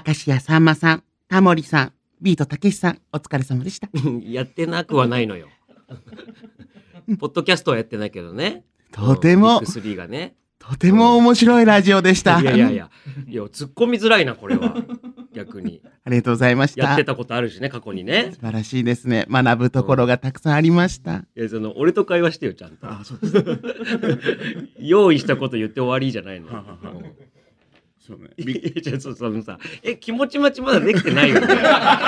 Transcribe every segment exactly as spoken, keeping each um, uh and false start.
明石家さんまさん、タモリさん、ビートたけしさん、お疲れ様でした。 やってなくはないのよ。ポッドキャストはやってないけどね。 とても、 ビッグスリーがね。 とても面白いラジオでした。 いやいやいや、いや突っ込みづらいなこれは。逆に。 ありがとうございました。 やってたことあるしね、過去にね。 素晴らしいですね。学ぶところがたくさんありました。 いや、その俺と会話してよちゃんと。 あ、そうです。 用意したこと言って終わりじゃないの。 そうね。 いやじゃあそそのさ、え気持ち待ちまだできてないよね。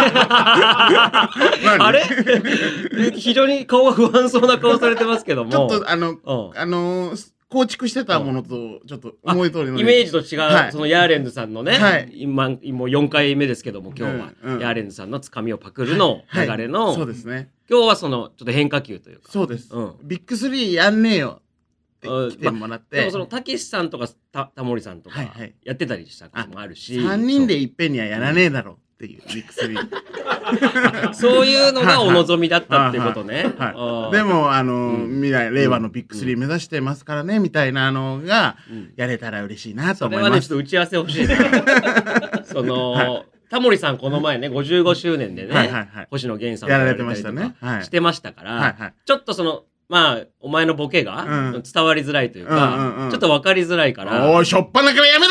あれ？非常に顔が不安そうな顔されてますけども。 ちょっとあの、 うん、 あのー、構築してたものとちょっと思い通りの、 イメージと違う、 はい、 そのヤーレンズさんのね、 はい、 今もうよんかいめですけども今日は、うんうん、ヤーレンズさんのつかみをパクるの流れの、 はいはい、そうですね。 今日はそのちょっと変化球というか、 そうです。 うん、 ビッグスリーやんねえよって来てもらって、ま、 でもそのたけしさんとかたタモリさんとかやってたりしたこともあるし、 さんにんでいっぺんにはやらねえだろっていうビッグスリー。 そういうのがお望みだったっていうことね。 はい、でもあの、うん、未来令和のビッグスリー目指してますからね、うん、みたいなのがやれたら嬉しいなと思います。 それはねちょっと打ち合わせ欲しいな。その、はい、タモリさんこの前ねごじゅうごしゅうねんでね、はいはいはい、星野源さんやられてましたね。 してましたから、はいはい、ちょっとそのまあお前のボケが伝わりづらいというか、うんうんうん、ちょっと分かりづらいから。 おいしょっぱなからやめろ。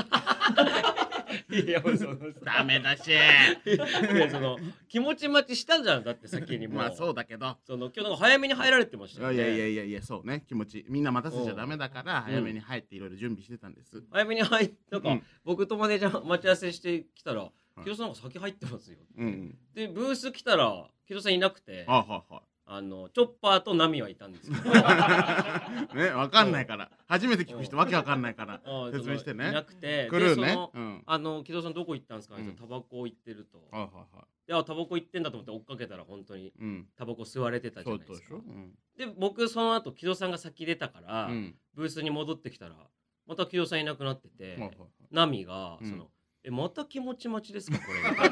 いやそのダメだし。いやその気持ち待ちしたじゃんだって先にも。 まあそうだけど。 その今日なんか早めに入られてましたよね。 いやいやいやいやそうね気持ちみんな待たせちゃダメだから早めに入っていろいろ準備してたんです。 早めに入ってなんか、うん、僕とマネージャー待ち合わせしてきたら木戸さんが先入ってますよ。うん、でブース来たら木戸さんいなくて。 あはいはい。 あのチョッパーとナミはいたんですけどねわかんないから初めて聞く人わけわかんないから説明してね。 いなくて来るね。 あの木戸さんどこ行ったんですかね。タバコ行ってると。いやタバコ行ってんだと思って追っかけたら本当にタバコ吸われてたじゃないですか。で僕その後木戸さんが先出たからブースに戻ってきたらまた木戸さんいなくなっててナミがそのえまた気持ち待ちですかこれ。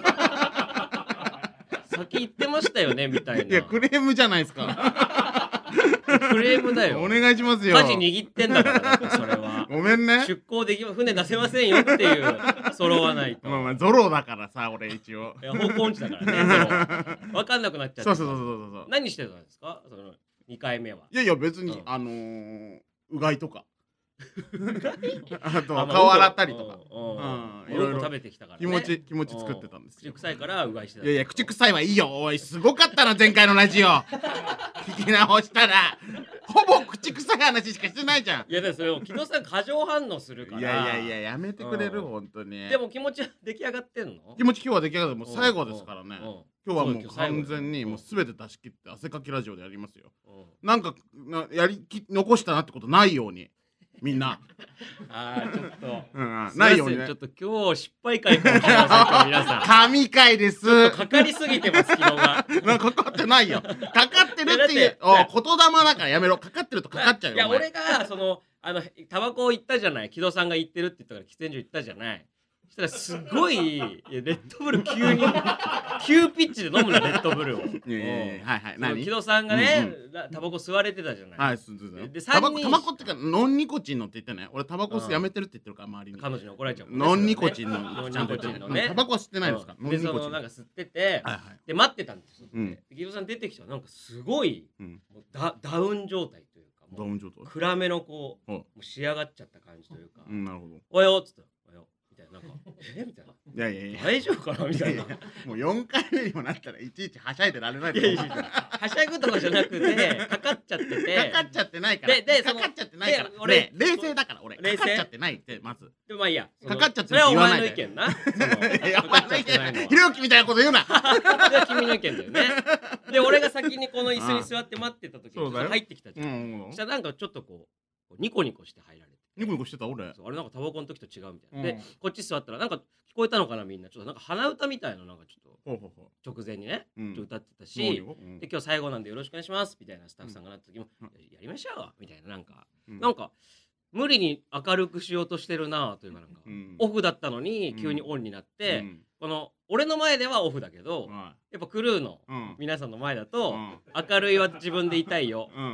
先言ってましたよねみたいな。 いやクレームじゃないですか。 クレームだよ。 お願いしますよ。 舵握ってんだからそれは。 ごめんね。 出港でき船出せませんよっていう揃わないと。 まあまあゾロだからさ俺一応。 いや方向音痴だからね。分かんなくなっちゃって。 そうそうそうそうそう。 何してたんですかそのにかいめは。 いやいや別に、うん、あのー、うがいとか。あとは顔洗ったりとか、 いろいろ食べてきたから気持ち気持ち作ってたんです。 口臭いからうがいしてた。 いやいや口臭いはいいよ。おいすごかったな前回のラジオ。聞き直したらほぼ口臭い話しかしてないじゃん。 いやでもそれを木戸さん過剰反応するから。 いやいやいややめてくれる本当に。 でも気持ちは出来上がってんの？ 気持ち今日は出来上がってもう最後ですからね。今日はもう完全にもうすべて出し切って汗かきラジオでやりますよ。なんかやりき残したなってことないように。みんなあーちょっと、 うん、ないよね。 ちょっと今日失敗回かもしれませんか皆さん。 神回です。 かかりすぎてます昨日が。 なんかかってないよ。かかってるっていうお言霊だからやめろ。かかってるとかかっちゃうよ。 いや俺がそのあのタバコを言ったじゃない。木戸さんが言ってるって言ったから喫煙所行ったじゃない。そしたらすごいレッドブル急に急ピッチで飲むなレッドブルを。 はいはい何？ 木戸さんがねタバコ吸われてたじゃない。 はい吸ってたよ。でタバコタバコってかノンニコチンのって言ってね。俺タバコやめてるって言ってるから周りに。 彼女に怒られちゃう。 ノンニコチンのノンニコチンのね。 タバコは吸ってないですか？ でそのなんか吸っててで待ってたんですよ。木戸さん出てきたらなんかすごいダダウン状態というかダウン状態。 暗めのこう仕上がっちゃった感じというか。 なるほど。 おはようっつった。みたいななんかえみたいな。 いやいやいや大丈夫かなみたいな。 もうよんかいめにもなったらいちいちはしゃいでられない。 いやいやはしゃぐとかじゃなくてかかっちゃってて。 かかっちゃってないから。ででかかっちゃってないから。俺冷静だから俺。かかっちゃってないってまず。 でもまあいいや。 かかっちゃってそれはお前の意見な。 ひろゆきみたいなこと言うな。 それは君の意見だよね。で俺が先にこの椅子に座って待ってた時に入ってきたじゃん。そしたらなんかちょっとこうニコニコして入られて。 ニコニコしてた俺。 あれなんかタバコの時と違うみたいな。でこっち座ったらなんか聞こえたのかなみんなちょっとなんか鼻歌みたいななんかちょっと直前にね歌ってたし、で今日最後なんでよろしくお願いしますみたいなスタッフさんがなった時もやりましょうみたいななんかなんか無理に明るくしようとしてるなというかなんかオフだったのに急にオンになってこの俺の前ではオフだけどやっぱクルーの皆さんの前だと明るいは自分でいたいよ。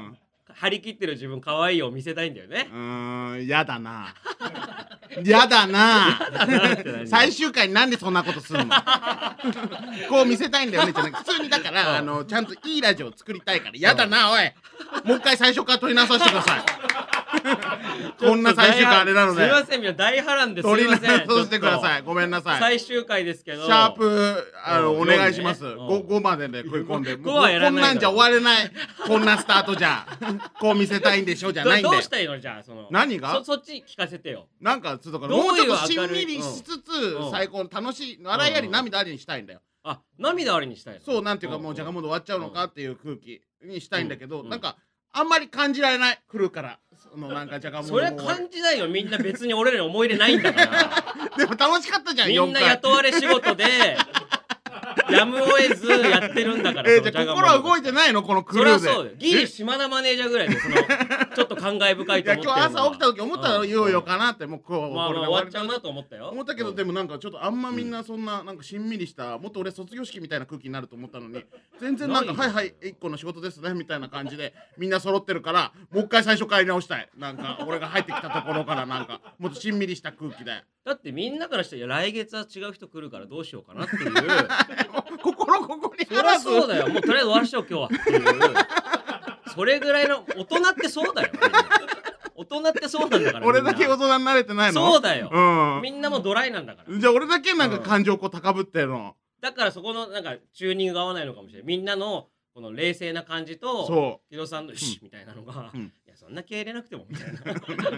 張り切ってる自分可愛いよ見せたいんだよね。 うーん、やだなやだな最終回になんでそんなことするのこう見せたいんだよねじゃなくて普通にだからあのちゃんといいラジオを作りたいからやだなおいもう一回最初から撮り直させてくださいこんな最終回あれなので。 すいません、みんな大波乱ですいません。 取り直してください。ごめんなさい。 最終回ですけど。 シャープあのお願いします。ごごまでで食い込んで。 ごはやらない。 こんなんじゃ終われない。こんなスタートじゃこう見せたいんでしょじゃないんで。 どうしたらいいのじゃあその。 何が？ そそっち聞かせてよ。 なんかちょっともうちょっとしんみりしつつ最高の楽しい笑いあり涙ありにしたいんだよ。 あ、涙ありにしたいの。 そうなんていうかもうじゃがもう終わっちゃうのかっていう空気にしたいんだけどなんかあんまり感じられない来るから。そのなんかじゃがもそれは感じないよみんな別に俺らに思い入れないんだからでも楽しかったじゃんみんな雇われ仕事でやむを得ずやってるんだから。 えー、じゃ心は動いてないのこのクルーで。 そりゃそうよ。ギリ島田マネージャーぐらいでそのちょっと感慨深いと思ってるの。いや今日朝起きた時思ったら言おうよかなってもうこうまあ終わっちゃうなと思ったよ。 思ったけどでもなんかちょっとあんまみんなそんななんかしんみりしたもっと俺卒業式みたいな空気になると思ったのに全然なんかはいはい一個の仕事ですねみたいな感じでみんな揃ってるからもう一回最初からやり直したい。なんか俺が入ってきたところからなんかもっとしんみりした空気で。 だってみんなからしたら来月は違う人来るからどうしようかなっていう心ここにそりゃそうだよ。もうとりあえず終わらしよう今日はっていうそれぐらいの大人ってそうだよ大人ってそうなんだから。 俺だけ大人になれてないの。 そうだよ、うん、みんなもドライなんだから。 じゃあ俺だけなんか感情こう高ぶってるの、うん、 だからそこのなんかチューニングが合わないのかもしれない。みんなのこの冷静な感じと木戸さんの「シッ」みたいなのが、うん、いやそんな気合い入れなくてもみたいな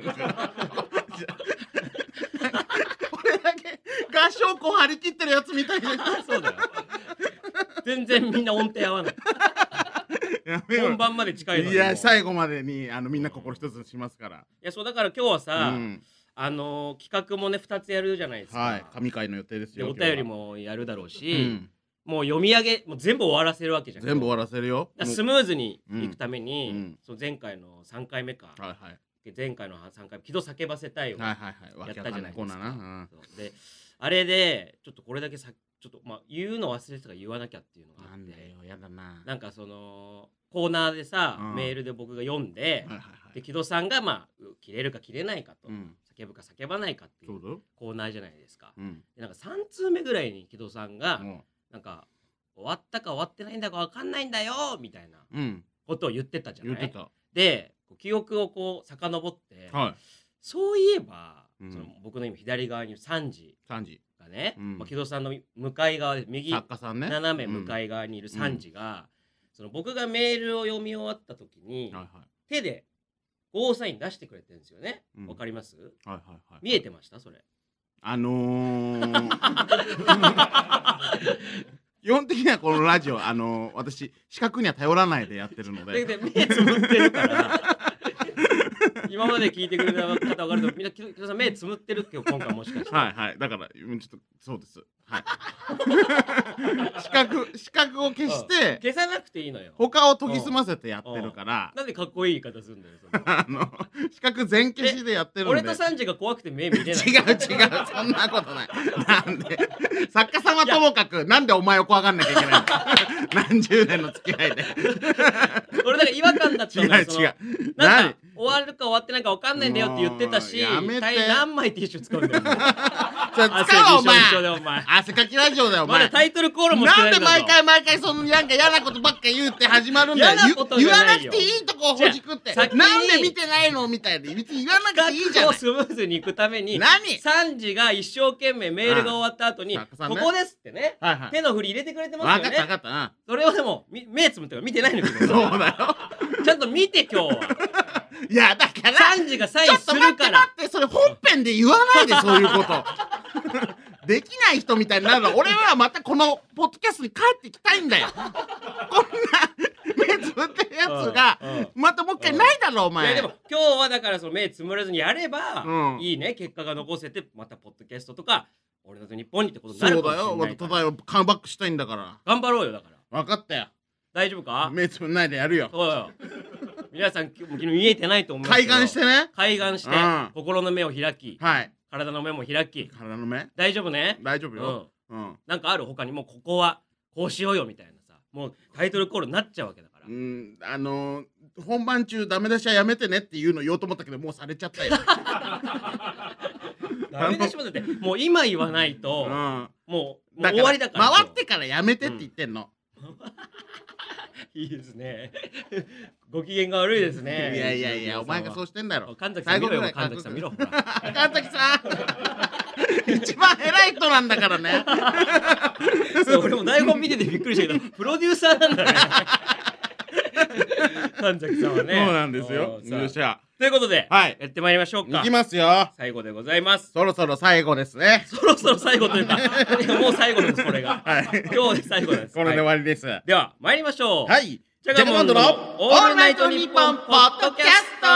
俺だけ合唱こう張り切ってるやつみたいなそうだよ全然みんな音程合わない本番まで近いのに。 いや最後までにあのみんな心一つにしますから。いやそうだから今日はさ、うん、あのー、企画もねふたつやるじゃないですか。はい神回の予定ですよ。 お便りもやるだろうし、うん、もう読み上げもう全部終わらせるわけじゃん。 全部終わらせるよ。 スムーズにいくために、うん、その前回のさんかいめか、はいはい、前回のさんかいめ木戸叫ばせたいをやったじゃないですか。であれでちょっとこれだけさちょっとまあ言うの忘れてたから言わなきゃっていうのがあって。なんだよやだな。なんかそのコーナーでさ、うん、メールで僕が読んで、はいはいはい、で木戸さんがまあ切れるか切れないかと、うん、叫ぶか叫ばないかっていうコーナーじゃないですか。うん、でなんかさん通目ぐらいに木戸さんが、うん、なんか終わったか終わってないんだか分かんないんだよみたいなことを言ってたじゃない。言ってた。で記憶をこう遡って、はい、そういえば、うん、その僕の今左側にさんじがね、うんまあ、木戸さんの向かい側で右、ね、斜め向かい側にいるさんじが、うん、その僕がメールを読み終わった時に、はいはい、手でゴーサイン出してくれてるんですよね。わ、うん、かります、はいはいはい、見えてましたそれ。 あのー、基本的にはこのラジオ、あのー、私視覚には頼らないでやってるのでで目つぶってるから今まで聞いてくれた方分かるとみんな木戸さん目つむってるって今回もしかして。 はいはいだからちょっとそうです。はい視覚視覚を消して消さなくていいのよ。 他を研ぎ澄ませてやってるから。 なんでかっこいい言い方するんだよそのあの視覚全消しでやってるんで。 俺とサンジが怖くて目見れない。 違う違うそんなことない。なんで作家さんはともかくなんでお前を怖がんなきゃいけないの何十年の付き合いで俺だから違和感だったんだよ。 違う違うなんか終わるか終わってないか分かんないんだよって言ってたし、何枚ティッシュ使うんだよ使うお前汗かきラジオだよお前。 まだタイトルコールもしてないんだぞ。 なんで毎回毎回そのなんか嫌なことばっか言うって始まるんだよ。言わなくていいとこをほじくってなんで見てないのみたいな別に言わなくていいじゃない。 スムーズにいくために何さんじが一生懸命メールが終わった後にここですってね手の振り入れてくれてますよね。 分かった分かったな。 それをでも目つむってから見てないのけどそうだよちゃんと見て今日はいやだからさんじがサインするから。ちょっと待って待ってそれ本編で言わないでそういうことできない人みたいになるの。俺はまたこのポッドキャストに帰ってきたいんだよこんな目つぶってるやつがまたもう一回ないだろお前。 いやでも今日はだからその目つむらずにやれば、うん、いいね結果が残せてまたポッドキャストとか俺だと日本にってことになるかもしれないから。そうだよただよカムバックしたいんだから頑張ろうよ。だから分かったよ。 大丈夫か。 目つぶんないでやるよ。 そうよ皆さん昨日見えてないと思うけど開眼してね開眼して、うん、心の目を開き、 はい、 体の目も開き。 体の目大丈夫ね。 大丈夫よ、 うんうん、なんかある他にもここはこうしようよみたいなさもうタイトルコールになっちゃうわけだから 。 うん、あのー、本番中ダメ出しはやめてねっていうの言おうと思ったけどもうされちゃったよ。 ダメ出しもだってもう今言わないと、うん、もう、もう終わりだから。 回ってからやめてって言ってんの。 うん、いいですね。ご機嫌が悪いですね。 いやいやいや、お前がそうしてんだろ。 神崎さん見ろよ、神崎さん見ろ。ほら。 神崎さん一番偉い人なんだからね。 そう、俺も台本見ててびっくりしたけど、プロデューサーなんだね。神崎さんはね。 そうなんですよ。よっしゃ。 ということで、 はい、 やってまいりましょうか。 いきますよ。 最後でございます。 そろそろ最後ですね。 そろそろ最後というか、もう最後です、これが。はい、今日で最後です。 これで終わりです。 では、参りましょう。 はい。 ジャガモンドのオールナイトニッポンポッドキャスト。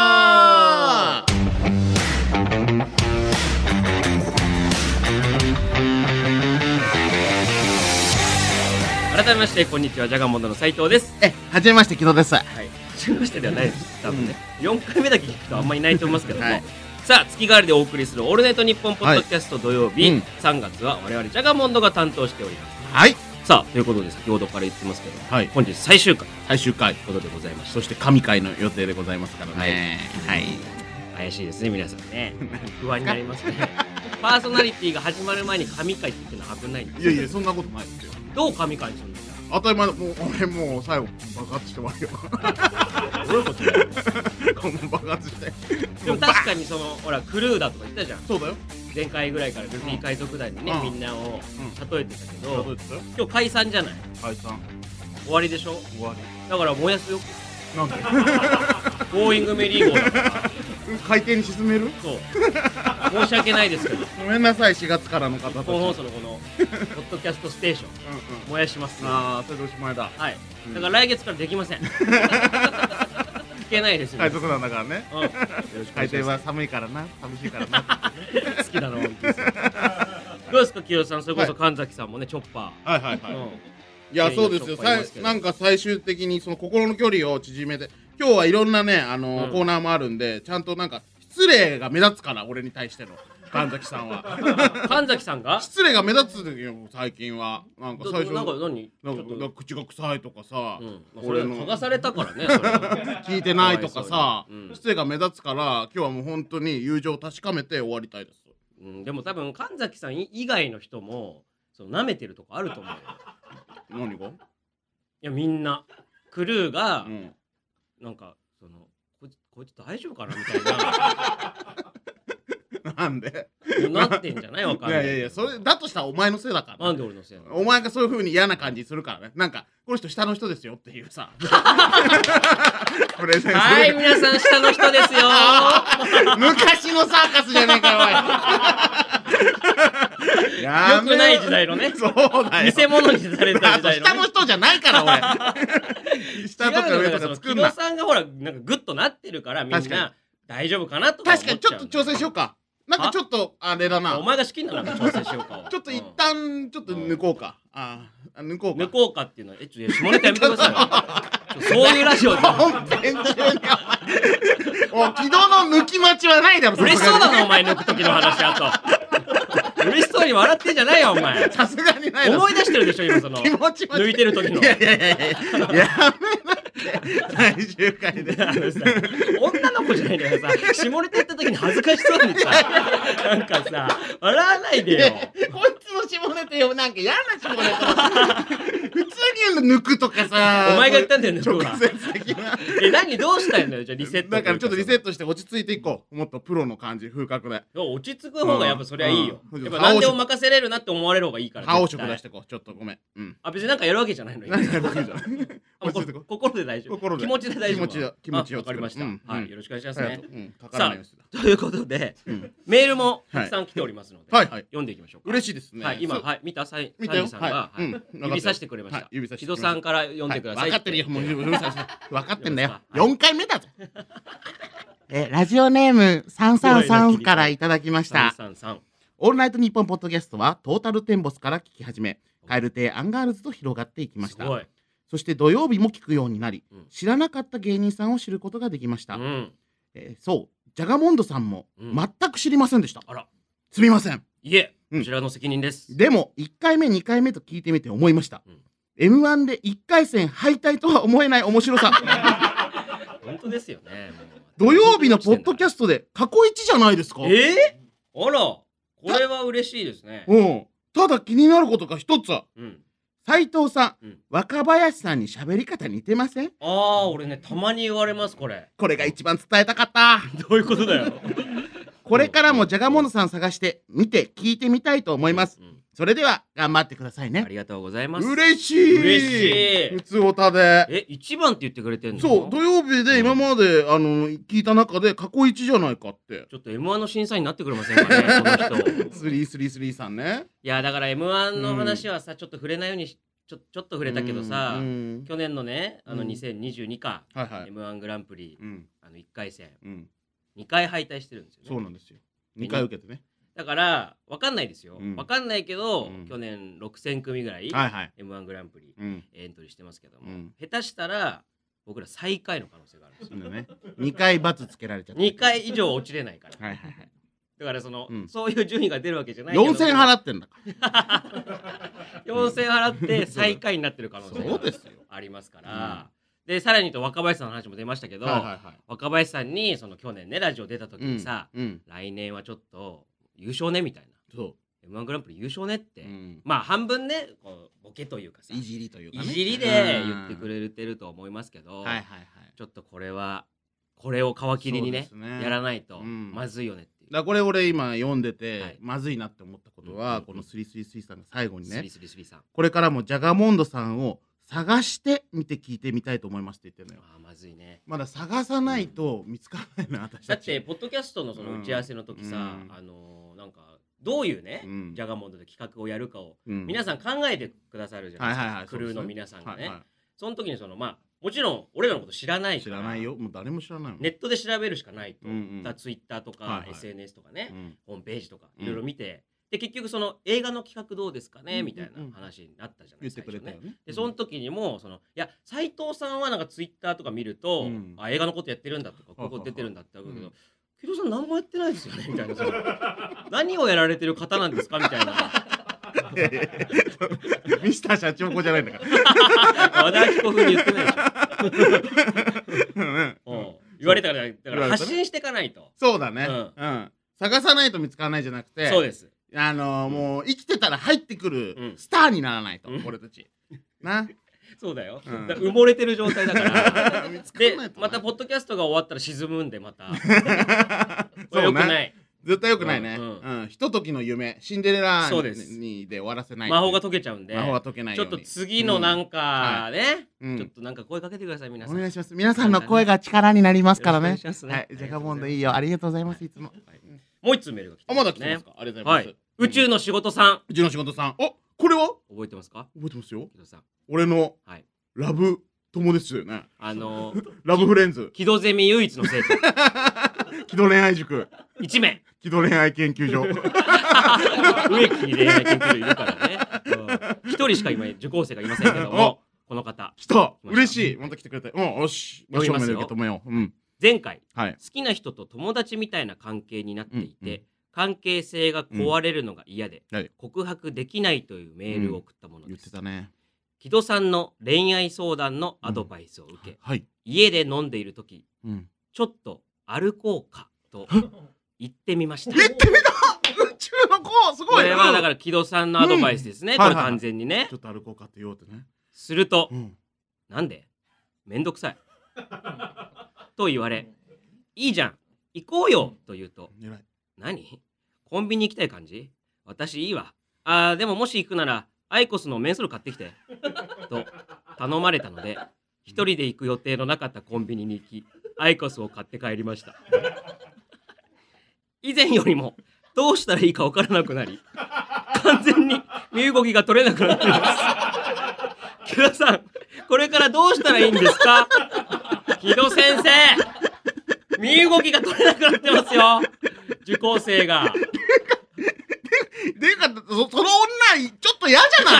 改めましてこんにちは、ジャガモンドの斉藤です。 え、はじめまして木戸です。はい。 はじめましてではないです。多分ね、うん、よんかいめだけ聞くとあんまりいないと思いますけども、はい、さあ月替わりでお送りするオールナイトニッポンポッドキャスト土曜日、はい、うん、さんがつは我々ジャガモンドが担当しております。 はい。 さあということで先ほどから言ってますけど、はい、本日最終回最終回ということでございました。 そして神回の予定でございますからね。はい、はい、 怪しいですね皆さんね。不安になりますね。パーソナリティが始まる前に神回って言ってのは危ないんですよ。 いやいやそんなことないですよ。 どう神回するんですか。 当たり前だ。もう俺もう最後爆発して終わるよ。 どういうこともう爆発して。 でも確かにそのほらクルーだとか言ったじゃん。 そうだよ。 前回ぐらいからルフィ海賊団にね、うん、みんなを例えてたけど、 うん、 今日解散じゃない。 解散終わりでしょ。 終わりだから燃やすよ。 なんでボーイングメリーゴーだから海底に沈める。 そう申し訳ないですけどごめんなさい。しがつからの方たち本放送のこのポッドキャストステーションうん、燃やします、ね、 ああそれでおしまいだ。 はい、うん、だから来月からできません。聞けないですよ。 海賊なんだからね、うん、海底は寒いからな、寂しいからな好きだな。どうですか清さん。それこそ神崎さんもね、チョッパー。 はいはいはい、うん、いやそうですよ。なんか最終的にその心の距離を縮めて、今日はいろんなねあの、うん、コーナーもあるんで、ちゃんとなんか失礼が目立つから俺に対しての神崎さんは。 神崎さんが失礼が目立つよ最近は。なんか最初なんか何なんか口が臭いとかさ、 うん、俺の嗅がされたからね。それ聞いてないとかさ、うん、失礼が目立つから今日はもう本当に友情を確かめて終わりたいです。 うん、でも多分神崎さん以外の人もその舐めてるとこあると思うよ。 何が？いやみんなクルーが、うん、なんかそのこいつこいつ大丈夫かなみたいな。 なんでなってんじゃない。わかんない。 いやいやいや、それだとしたらお前のせいだから。 なんで俺のせいなの。 お前がそういう風に嫌な感じするからね。なんかこの人下の人ですよっていうさ。プレゼンする。 はい皆さん下の人ですよ。 昔のサーカスじゃねえかよおい。 よくない時代のね。 そうだよ。 偽物にされた時代の、ね。 下の人じゃないから俺。下とか上とか作んな。 木戸さんがほらなんかグッとなってるからみんな大丈夫かなとか思っちゃう。 確かにちょっと調整しようか。なんかちょっとあれだな。 お前が好きなのか調整しようか。 ちょっと一旦ちょっと抜こうか。ああ抜こうか。 抜こうかっていうのはえちょっと下ネタやめてください。そういうラジオで。 本編中にお前。お木戸の抜き待ちはないだろ。 嬉しそうだなお前抜く時の話あと。嬉しそうに笑ってんじゃないよお前。 さすがにない。 思い出してるでしょ今その。気持ち抜いてる時の。 いやいやいやいや。やめな。最終回で女の子じゃないんだよさ。下ネタ言った時に恥ずかしそうにさなんかさ笑わないでよ。 こいつの下ネタよなんか嫌な下ネタ普通に言うの抜くとかさ。 お前が言ったんだよ抜くは。 直接的な。 え何どうしたいのよじゃあリセット。 だからちょっとリセットして落ち着いていこう。もっとプロの感じ風格で。 落ち着く方がやっぱそりゃいいよ。やっぱ何でも任せれるなって思われる方がいいから。 覇王色出してこう。ちょっとごめん。 あ別になんかやるわけじゃないの。心で大丈夫。気持ちで大丈夫。 気持ちをわかりました。はい、よろしくお願いしますね。 さあ、ということで、メールもたくさん来ておりますので、読んでいきましょうか。 嬉しいですね。 はい、今、はい、見たサイさんが指さしてくれました。木戸さんから読んでください。 分かってるよ、もう分かってんだよ。よんかいめだぞ。え、ラジオネームさんさんさんからいただきました。オールナイトニッポンポッドキャストはトータルテンボスから聞き始め、蛙亭アンガールズと広がっていきました。そして土曜日も聞くようになり、うん、知らなかった芸人さんを知ることができました、うんえー、そうジャガモンドさんも全く知りませんでした、うん、あらすみません。 いえ、こちらの責任です。 でもいっかいめにかいめと聞いてみて思いました、うん、 エムワン でいっかい戦敗退とは思えない面白さ。 本当ですよね。 土曜日のポッドキャストで過去一じゃないですか。 えー、あら、これは嬉しいですね。 うん。ただ気になることが一つ。うん。斉藤さん、うん、若林さんに喋り方似てません？ああ、俺ね、たまに言われます、これ。 これが一番伝えたかった。 どういうことだよ。 これからもジャガモンドさん探して見て聞いてみたいと思います。うんうん、それでは頑張ってくださいね。 ありがとうございます。 嬉しい。 嬉しい。 ふつおたで。 え、一番って言ってくれてんの？ そう、土曜日で今まで、うん、あの聞いた中で過去一じゃないかって。 ちょっと エムワン の審査員になってくれませんかね、この人。 スリースリースリーさんね。 いやだから エムワン の話はさ、ちょっと触れないようにし。ちょ, ちょっと触れたけどさ、うん、去年のねあのにせんにじゅうにか、うんはいはい、エムワン グランプリ、うん、あのいっかい戦、うん、にかい敗退してるんですよね。 そうなんですよ。にかい受けてね。 だから分かんないですよ、うん、分かんないけど、うん、去年ろくせん組ぐらい、はいはい、エムワン グランプリ、うん、エントリーしてますけども、うん、下手したら僕ら最下位の可能性があるんですよね。 にかい罰つけられちゃった。 にかい以上落ちれないから。はいはいはい。だからその、うん、そういう順位が出るわけじゃないけどよんせん払ってんだからよんせん払って最下位になってる可能性がありますから、うん、でさらに言うと若林さんの話も出ましたけど、はいはいはい、若林さんにその去年ねラジオ出た時にさ、うんうん、来年はちょっと優勝ねみたいな、そう エムワン グランプリ優勝ねって、うん、まあ半分ねこうボケというかさいじりというか、ね、 いじりで言ってくれてると思いますけど、はいはいはい、ちょっとこれはこれを皮切りに ね, ねやらないとまずいよねって。 だこれ俺今読んでて、はい、まずいなって思ったことは、うんうんうん、このスリースリースリーさんが最後にねこれからもジャガモンドさんを探して見て聞いてみたいと思いますって言ってるのよ。 あまずいね。 まだ探さないと見つからないな、うん、私たち。だってポッドキャストのその打ち合わせの時さ、うん、あのー、なんかどういうね、うん、ジャガモンドで企画をやるかを、うん、皆さん考えてくださるじゃないですか、はいはいはい、クルーの皆さんがね、はいはい、その時にそのまあもちろん俺らのこと知らないから知らないよ。もう誰も知らないもん。 ネットで調べるしかないと、うんうん、ツイッターとか、はいはい、エスエヌエス とかね、うん、ホームページとかいろいろ見て、うん、で結局その映画の企画どうですかね、うん、みたいな話になったじゃないですか。言ってくれたよね。でその時にもそのいや斉藤さんはなんかツイッターとか見ると、うん、あ映画のことやってるんだとかここ出てるんだって思うけど、木戸さん何もやってないですよねみたいなその何をやられてる方なんですかみたいな。 ミスター社長子じゃないんだから和田アキ子風に言ってないでしょ言われたからだから発信していかないと。 そうだね、うんうん、探さないと見つからないじゃなくてそうですあのーうん、もう生きてたら入ってくるスターにならないと、うん、俺たちなそうだよ、うん、だ埋もれてる状態だからでまたポッドキャストが終わったら沈むんでまたこれよくない絶対よくないね、うんうんうん、ひとときの夢シンデレラにで終わらせない魔法が解けちゃうんで魔法が解けないようにちょっと次のなんかね、うんはい、ちょっとなんか声かけてください皆さんお願いします。皆さんの声が力になりますからね。はい、ジャガモンドいいよありがとうございますいつも、はい、 もう一通メールが来てますね。 あまだ来てますかありがとうございます、はい、 宇宙の仕事さん宇宙の仕事さんおこれは覚えてますか覚えてますよ俺のラブ友ですよねあのー、 ラブフレンズ木戸ゼミ唯一の生徒木戸恋愛塾いち名木戸恋愛研究所植木に恋愛研究所いるからね一、うん、人しか今受講生がいませんけどもこの方来た嬉しいまた来てくれてうんよし読みますよ、 うん、 前回、はい、好きな人と友達みたいな関係になっていて、うんうん、関係性が壊れるのが嫌で、うんはい、告白できないというメールを送ったものです、うん、言ってたね木戸さんの恋愛相談のアドバイスを受け、うんはい、家で飲んでいる時、うん、ちょっと歩こうかと言ってみました。 言ってみた宇宙の子すごいこれはだから木戸さんのアドバイスですね、うん、これ完全にね、はいはい、 ちょっと歩こうかって言おうってねすると、うん、なんでめんどくさいと言われいいじゃん行こうよと言うと、うん、何コンビニ行きたい感じ私いいわあーでももし行くならアイコスのメンソール買ってきてと頼まれたので一人で行く予定のなかったコンビニに行きアイコスを買って帰りました以前よりもどうしたらいいか分からなくなり完全に身動きが取れなくなっています木戸さんこれからどうしたらいいんですか木戸先生身動きが取れなくなってますよ受講生がでいうか そ, その女ちょっと嫌じゃ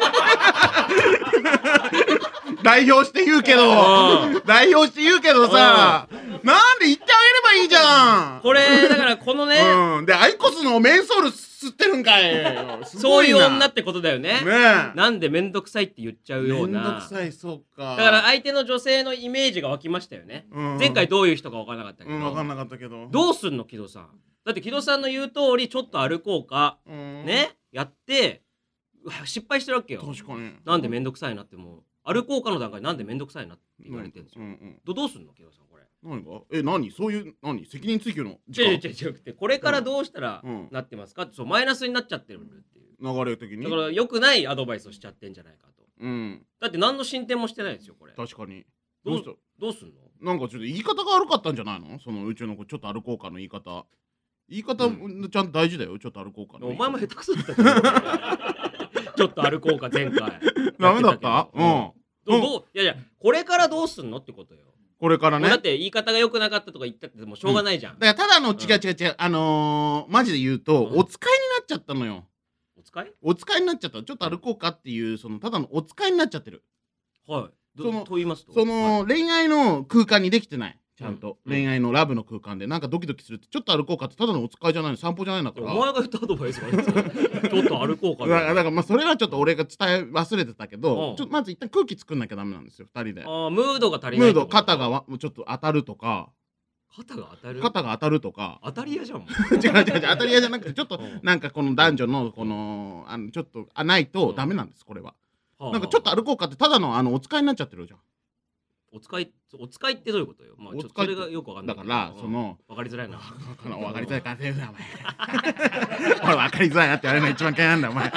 ない代表して言うけど代表して言うけどさなんで言ってあげればいいじゃんこれだからこのね、 うん、でアイコスのメンソール吸ってるんかいそういう女ってことだよね。なんでめんどくさいって言っちゃうような。 めんどくさい、そうか。 だから相手の女性のイメージが湧きましたよね。前回どういう人か分からなかったけど。 分からなかったけど。 どうすんの木戸さん。だって木戸さんの言う通りちょっと歩こうかねやって失敗してるわけよ。 確かに。 なんでめんどくさいなってもう歩こうかの段階なんでめんどくさいなって言われてるんですよ。どうすんの木戸さんこれ。 何がえ何そういう何責任追及の時間。違う違う違うってこれからどうしたらなってますかってそうマイナスになっちゃってるっていう流れ的に。 だから良くないアドバイスをしちゃってんじゃないかと。 うん。 だって何の進展もしてないですよこれ。 確かに。 どうどうすんの？ なんかちょっと言い方が悪かったんじゃないの？その宇宙の子ちょっと歩こうかの言い方。言い方ちゃんと大事だよ。ちょっと歩こうかの。 お前も下手くそだったけど。ちょっと歩こうか前回。 ダメだった？うん。 どういやいやこれからどうすんのってことよ。 これからね。 だって言い方が良くなかったとか言ったってもうしょうがないじゃん。 だからただの違う違う違うあのマジで言うとお使いになっちゃったのよ。 お使い？ お使いになっちゃった。ちょっと歩こうかっていうそのただのお使いになっちゃってる。 はい。そのと言いますとその恋愛の空間にできてない。ちゃんと恋愛のラブの空間でなんかドキドキするってちょっと歩こうかってただのお使いじゃないの散歩じゃないんだから。 お前が言ったアドバイスがちょっと歩こうかだからまあそれはちょっと俺が伝え忘れてたけどちょっとまず一旦空気作んなきゃダメなんですよふたりで。 ああムードが足りない。 ムード肩がちょっと当たるとか。 肩が当たる肩が当たるとか。 当たり屋じゃん。違う違う違う当たり屋じゃなくてちょっとなんかこの男女のこのあのちょっとあないとダメなんですこれは。なんかちょっと歩こうかってただのあのお使いになっちゃってるじゃん。 お使いお使いってどういうことよ。まあちょっとそれがよくわかんない。 だからそのわかりづらいな。 わかりづらいからせいだお前。俺わかりづらいなって言われるの一番嫌いなんだお前。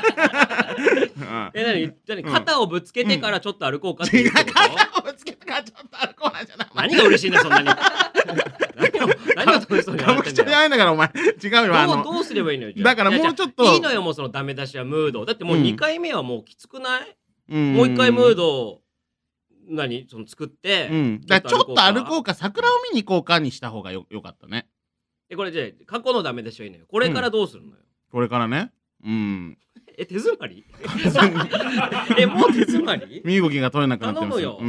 え何何肩をぶつけてからちょっと歩こうかっていうこと？ 肩をぶつけてからちょっと歩こうなんじゃない。 何が嬉しいんだそんなに。何を何を楽しそうにやってんだよ。 じゃないんだからお前違うよ。 どうどうすればいいのよ。 だからもうちょっといいのよもうそのダメ出しはムード。だってもうにかいめはもうきつくない？もういっかいムード何その作って、 うん、だちょっと歩こうか桜を見に行こうかにした方がよよかったね。 えこれじゃあ過去のダメ出しはいいのよ。これからどうするのよ。うん、 これからね。うん。 え手詰まり？えもう手詰まり？ 身動きが取れなくなってますよ。うん、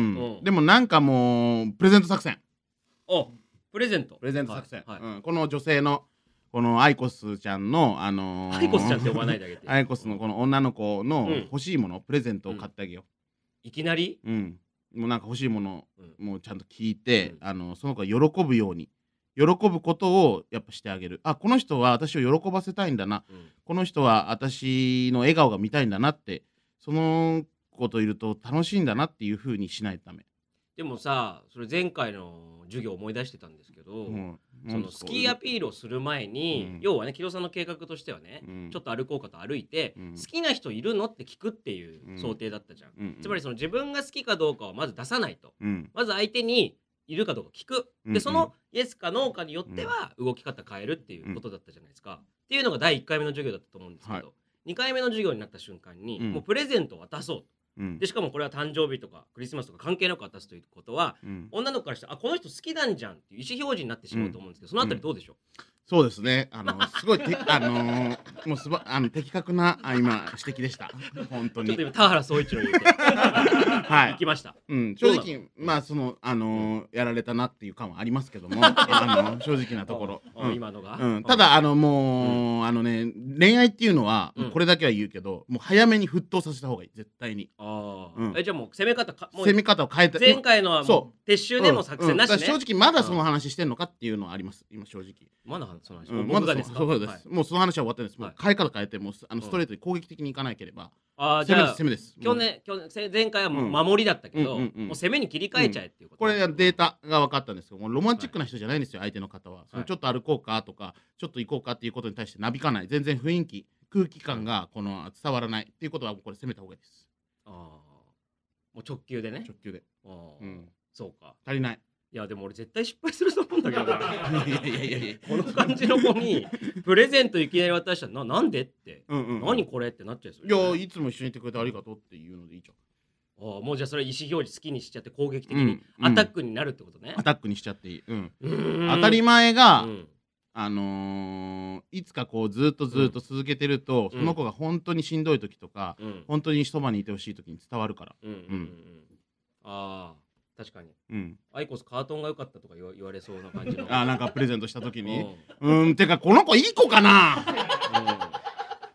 でもなんかもうプレゼント作戦。 おプレゼント。 プレゼント作戦。はいはい、うん、この女性のこのアイコスちゃんのあのー、 アイコスちゃんって呼ばないであげて。 アイコスのこの女の子の欲しいもの、うん、プレゼントを買ってあげよう。 うん、いきなり？ うん。もうなんか欲しいものをもうちゃんと聞いて、うん、あのその子が喜ぶように喜ぶことをやっぱしてあげる。あこの人は私を喜ばせたいんだな、うん、この人は私の笑顔が見たいんだなってその子といると楽しいんだなっていう風にしないとダメ。 でもさそれ前回の授業思い出してたんですけど、うん、そのスキーアピールをする前に、うん、要はね木戸さんの計画としてはね、うん、ちょっと歩こうかと歩いて、うん、好きな人いるのって聞くっていう想定だったじゃん、うん、つまりその自分が好きかどうかはまず出さないと、うん、まず相手にいるかどうか聞く、うん、でそのイエスかノーかによっては動き方変えるっていうことだったじゃないですか、っていうのがだいいっかいめの授業だったと思うんですけど、はい、にかいめの授業になった瞬間に、もうプレゼントを渡そうと。うん、でしかもこれは誕生日とかクリスマスとか関係なく渡すということは、うん、女の子からしたらあこの人好きなんじゃんっていう意思表示になってしまうと思うんですけど、うん、そのあたりどうでしょう？ そうですね。あのすごいてあのー、もうすばあの的確なあ今指摘でした。本当に。 ちょっと今田原総一郎言ってはい。行きました。 うん。正直まあそのあのー、やられたなっていう感はありますけども、あの正直なところ。 うん、今のが。 うん。ただあのもう、うん、あのね恋愛っていうのは、うん、これだけは言うけど、もう早めに沸騰させた方がいい絶対に。 ああ、うん。えじゃあもう攻め方かもう攻め方を変えて。 前回のはもう撤収でも作戦なしね。 正直まだその話してんのかっていうのはあります今正直。 まだその話、 うん、僕がですか？そうです、はい、もうその話は終わってるんです、はい、もう変え方変えてもうあのストレートに攻撃的にいかなければ、 うん、あじゃあ攻めです。 去年去年前回はもう守りだったけど、うんうんうんうん、もう攻めに切り替えちゃえっていうこと、 うん、これデータが分かったんですけどもロマンチックな人じゃないんですよ、はい、相手の方は、そのちょっと歩こうかとかちょっと行こうかっていうことに対してなびかない、全然雰囲気空気感がこの伝わらないっていうことはこれ攻めた方がいいです。 ああもう直球でね。 直球で。 あうん、そうか足りない。 いやでも俺絶対失敗すると思うんだけどいやいやいやいやこの感じの子にプレゼントいきなり渡したらななんでって、うんうんうん、何これってなっちゃう、 ね、いやいつも一緒にいてくれてありがとうっていうのでいいじゃん。あもうじゃあそれ意思表示好きにしちゃって攻撃的にアタックになるってことね、 うんうん、アタックにしちゃっていい、うん、うん当たり前が、うん、あのー、いつかこうずっとずっと続けてると、うん、その子が本当にしんどい時とか、うん、本当にそばにいてほしい時に伝わるから、うんうんうんうん、 ああ確かに、 うん、 アイコスカートンが良かったとか言われそうな感じのあなんかプレゼントした時にうんてかこの子いい子かな、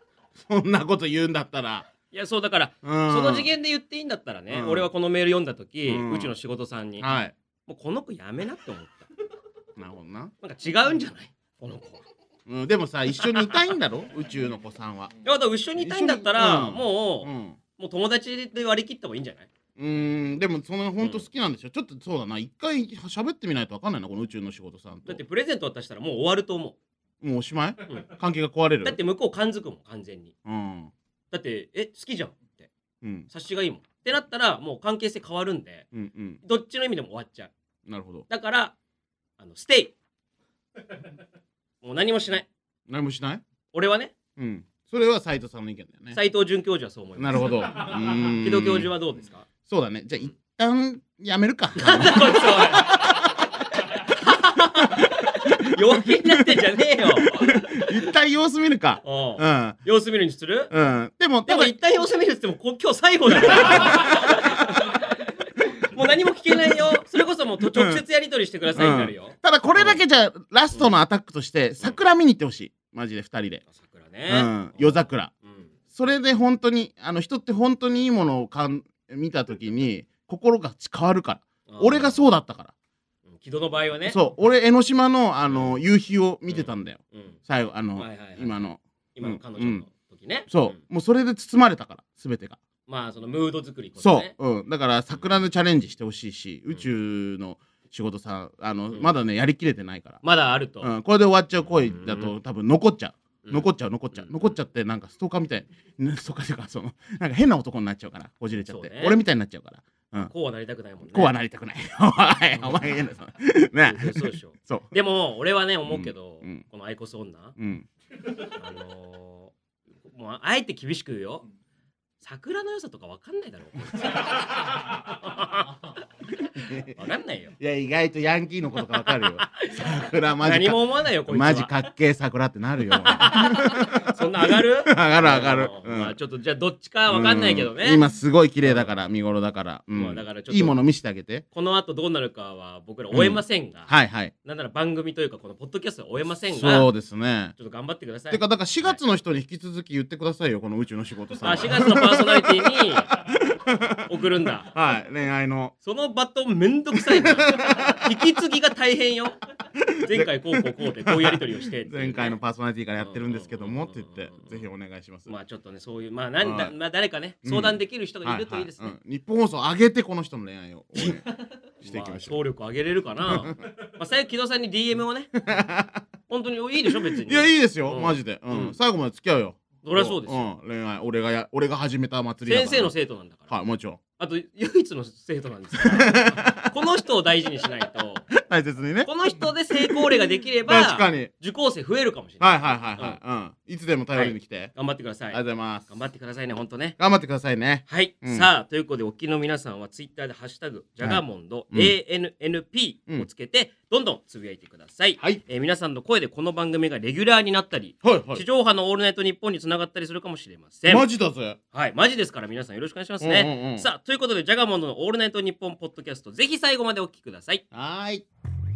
そんなこと言うんだったら。 いやそうだから、うん、その次元で言っていいんだったらね、うん、俺はこのメール読んだ時、うん、うちの仕事さんに、はい、もうこの子やめなって思った。なるほどな。なんか違うんじゃないこの子は。 うん、でもさ一緒にいたいんだろ宇宙の子さんは。 いやだから一緒にいたいんだったら、うん、もう、うん、もう友達で割り切った方がいいんじゃない？ うーんでもその本当好きなんでしょ、うん、ちょっとそうだな一回喋ってみないと分かんないなこの宇宙の仕事さんと。 だってプレゼント渡したらもう終わると思う。もうおしまい、うん、関係が壊れる。 だって向こう感づくもん完全に、うん、だってえ好きじゃんって、うん、察しがいいもんってなったらもう関係性変わるんで、うんうん、どっちの意味でも終わっちゃう。 なるほど。 だからあのステイもう何もしない。 何もしない。 俺はね、 うん、それは斉藤さんの意見だよね。 斉藤准教授はそう思います。 なるほど。 木戸教授はどうですか？ そうだね。じゃあ一旦やめるか。 弱気になってんじゃねえよ。 一旦様子見るか。 うん。様子見るにする？ うん。でもでも一旦様子見るって言っても今日最後だから。もう何も聞けないよ。それこそもう直接やり取りしてくださいになるよ。 ただこれだけじゃラストのアタックとして桜見に行ってほしい。マジで二人で。 桜ね。 うん。夜桜。それで本当にあの人って本当にいいものをかん見た時に心が変わるから。俺がそうだったから。 木戸の場合はね。 そう。俺江ノ島のあの夕日を見てたんだよ。最後あの今の今の彼女の時ね。 そう。もうそれで包まれたから全てが。 まあそのムード作りこそ、ね、そう、うん、だから桜のチャレンジしてほしいし、うん、宇宙の仕事さんあの、うん、まだねやりきれてないからまだあると、 うん、これで終わっちゃう恋だと、うん、多分残っちゃう、うん、残っちゃう残っちゃう、うん、残っちゃってなんかストーカーみたいにストーカーっていうかそのなんか変な男になっちゃうからこじれちゃって、ね、俺みたいになっちゃうから、うん、 こうはなりたくないもんね。 こうはなりたくないお前変なさねそうでしょそうでも俺はね思うけど、うん、このアイコス女、うん、あのー、もうあえて厳しく言うよ、桜の良さとか分かんないだろう。分かんないよ。 いや意外とヤンキーのことか分かるよ。桜マジ何も思わないよこいつは。 マジかっけえ桜ってなるよ。 そんな上がる？ 上がる上がる。 うん、まあちょっとじゃあどっちか分かんないけどね。 今すごい綺麗だから見頃だから。うん、だからちょっといいもの見せてあげて。 この後どうなるかは僕ら追えませんが。うん、 はいはい。 なんなら番組というかこのポッドキャストは追えませんが。 そうですね。 ちょっと頑張ってください。 てかだからしがつの人に引き続き言ってくださいよこの宇宙の仕事さん。 あしがつのパーソナリティに。送るんだ。 はい恋愛のそのバトンめんどくさいな。引き継ぎが大変よ。前回こうこうこうってこういうやり取りをして、ね、 前回のパーソナリティからやってるんですけどもって言ってぜひお願いします。 まあちょっとねそういうまあなんだ、まあ、誰かね相談できる人がいるといいですね。 日本放送上げてこの人の恋愛をしていきましょう。 総力上げれるかな。まあ最後木戸さんに ディーエム をね本当にいいでしょ別に。 いやいいですよマジで、うん、最後まで付き合うよ。 そりゃそうですよ、 うん、恋愛俺がや俺が始めた祭りだから。 先生の生徒なんだから。 はいもちろん。 あと唯一の生徒なんですからこの人を大事にしないと大切にねこの人で成功例ができれば確かに受講生増えるかもしれない。 はいはいはいはい、うん、うん、いつでも頼りに来て、はい、 頑張ってください。 ありがとうございます。 頑張ってくださいね本当ね。 頑張ってくださいね。 はい、うん、さあということでお聞きの皆さんはツイッターでハッシュタグジャガモンド エーエヌエヌピー をつけてどんどんつぶやいてください。はい、えー、皆さんの声でこの番組がレギュラーになったり、はいはい、地上波のオールナイトニッポンにつながったりするかもしれません。 マジだぜ。 はいマジですから皆さんよろしくお願いしますね。うんうんうん、さあということでジャガモンドのオールナイトニッポンポッドキャストぜひ最後までお聞きください。 はい。